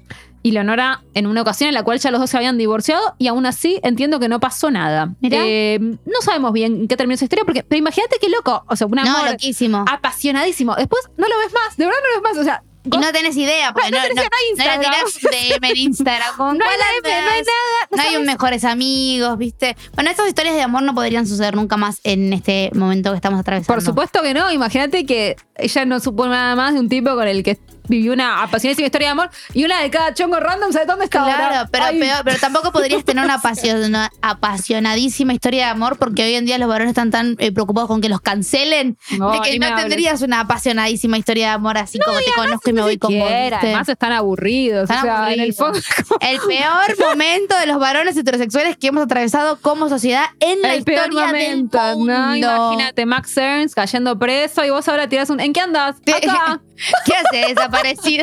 B: y Leonora en una ocasión en la cual ya los dos se habían divorciado y aún así entiendo que no pasó nada.
C: Mirá.
B: No sabemos bien en qué terminó esa historia, pero imagínate qué loco. O sea, un amor
C: loquísimo.
B: apasionadísimo. Después no lo ves más, de verdad no lo ves más. O sea,
C: Y no tenés idea, porque
B: No
C: no
B: tenés Instagram.
C: DM en Instagram. ¿Con
B: No hay
C: cuál
B: DM, no hay
C: andas?
B: nada.
C: No hay
B: sabes.
C: un mejores amigos, ¿viste? Bueno, estas historias de amor no podrían suceder nunca más en este momento que estamos atravesando.
B: Por supuesto que no. Imagínate que ella no supo nada más de un tipo con el que vivió una apasionadísima historia de amor y una de cada chongo random, ¿sabes dónde está ahora?
C: Claro, pero,
B: Ay.
C: pero tampoco podrías tener una apasionadísima historia de amor porque hoy en día los varones están tan preocupados con que los cancelen
B: No,
C: de que
B: ni
C: no
B: me hables.
C: tendrías una apasionadísima historia de amor así como te conozco y me voy con vos.
B: Quiera,
C: ¿viste?
B: además están aburridos.
C: Están
B: o sea, en el
C: aburridos.
B: fondo.
C: El peor momento de los varones heterosexuales que hemos atravesado como sociedad en la
B: El peor
C: historia
B: momento,
C: del mundo.
B: ¿no? Imagínate Max Ernst cayendo preso y vos ahora tirás un ¿en qué andás? Acá.
C: ¿Qué hace desaparecida?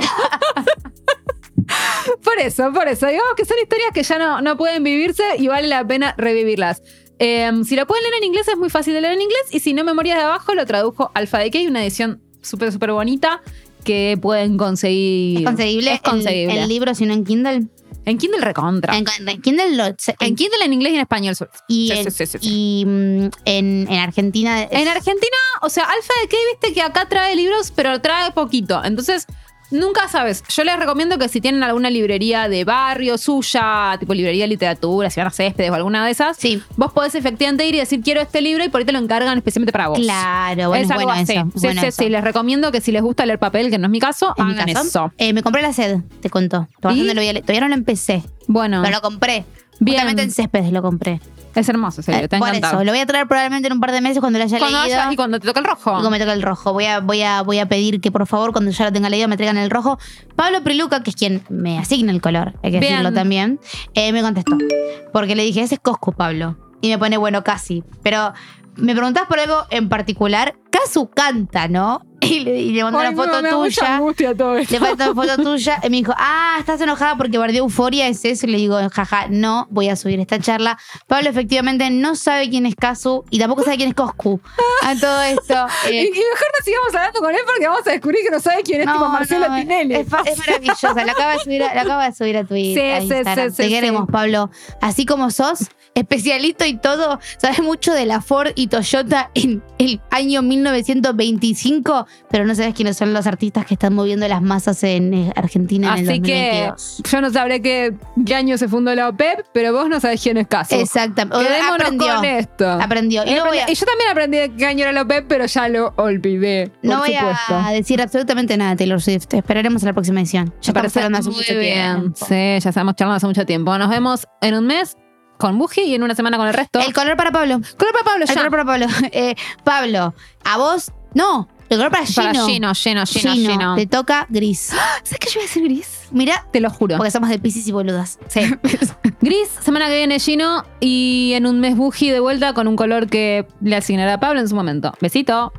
B: Por eso. Digamos que son historias que ya no pueden vivirse y vale la pena revivirlas. Si lo pueden leer en inglés es muy fácil de leer en inglés y si no, Memorias de Abajo lo tradujo Alfa de Key, una edición súper bonita que pueden conseguir.
C: ¿Es conseguible?
B: Es conseguible.
C: El libro, si no en Kindle.
B: En Kindle recontra.
C: En Kindle
B: En Kindle en inglés y en español.
C: y,
B: Sí.
C: y en Argentina.
B: En Argentina, o sea, Alfa de Key, viste que acá trae libros, pero trae poquito. Entonces, nunca sabes. Yo les recomiendo que si tienen alguna librería de barrio suya, tipo librería de literatura, si van a Céspedes o alguna de esas,
C: Sí.
B: vos podés efectivamente ir y decir quiero este libro y por ahí te lo encargan especialmente para vos.
C: Claro, bueno,
B: es
C: es
B: algo
C: bueno
B: así.
C: eso.
B: Sí,
C: bueno
B: sí,
C: eso.
B: sí. Les recomiendo que si les gusta leer papel, que no es mi caso,
C: En mi
B: hagan
C: caso,
B: eso.
C: me compré La Sed, te cuento. Todavía no lo empecé,
B: Bueno,
C: pero lo compré.
B: Bien.
C: Justamente en Céspedes lo compré.
B: es hermoso ese libro, te ha
C: Por
B: encantado.
C: eso, lo voy a traer probablemente en un par de meses cuando lo haya
B: Cuando
C: leído.
B: y cuando te toca el rojo.
C: Y como me toca el rojo, voy a pedir que por favor cuando ya lo tenga leído me traigan el rojo. Pablo Priluca, que es quien me asigna el color, hay que
B: Bien.
C: decirlo también, me contestó. Porque le dije, ese es Coscu, Pablo. Y me pone, bueno, casi. Pero me preguntás por algo en particular. Casu canta, ¿no? Y le mandó una foto tuya. Le falta una foto tuya y me dijo, estás enojada porque bardeó Euforia, ¿es eso? Y le digo, jaja, no, voy a subir esta charla. Pablo efectivamente no sabe quién es Casu y tampoco sabe quién es Coscu. A todo esto.
B: Y mejor no sigamos hablando con él porque vamos a descubrir que no sabe quién es tipo Marcelo Tinelli.
C: Es maravillosa, la acaba de subir a Twitter.
B: Sí,
C: a Instagram. Te queremos, Pablo. Así como sos, especialito y todo, sabes mucho de la Ford y Toyota en el año 1925, pero no sabes quiénes son los artistas que están moviendo las masas en Argentina en el
B: Así que
C: 2022.
B: yo no sabré qué año se fundó la OPEP, pero vos no sabés quién es Caso.
C: Exactamente.
B: Quedémonos con esto.
C: Aprendió. Y
B: Y yo también aprendí de qué año era la OPEP, pero ya lo olvidé.
C: no
B: por
C: voy
B: supuesto.
C: a decir absolutamente nada de Taylor Swift. Esperaremos a la próxima edición. Ya
B: Me
C: estamos
B: parece
C: hablando hace
B: muy
C: mucho
B: bien.
C: tiempo.
B: Sí, ya estamos charlando hace mucho tiempo. Nos vemos en un mes con Buji y en una semana con el resto.
C: El color para Pablo.
B: color para Pablo
C: El
B: ya.
C: color para Pablo. Pablo, a vos, no. El color para Gino.
B: Para Gino.
C: Te toca gris.
B: ¿Sabes que yo iba a decir gris?
C: Mira,
B: Te lo juro.
C: porque somos de Piscis y boludas.
B: Sí. Gris, semana que viene Gino y en un mes Buji de vuelta con un color que le asignará a Pablo en su momento. Besito.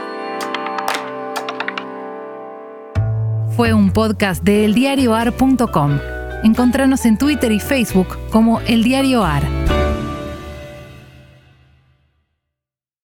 A: Fue un podcast de eldiarioar.com. Encontranos en Twitter y Facebook como El Diario AR.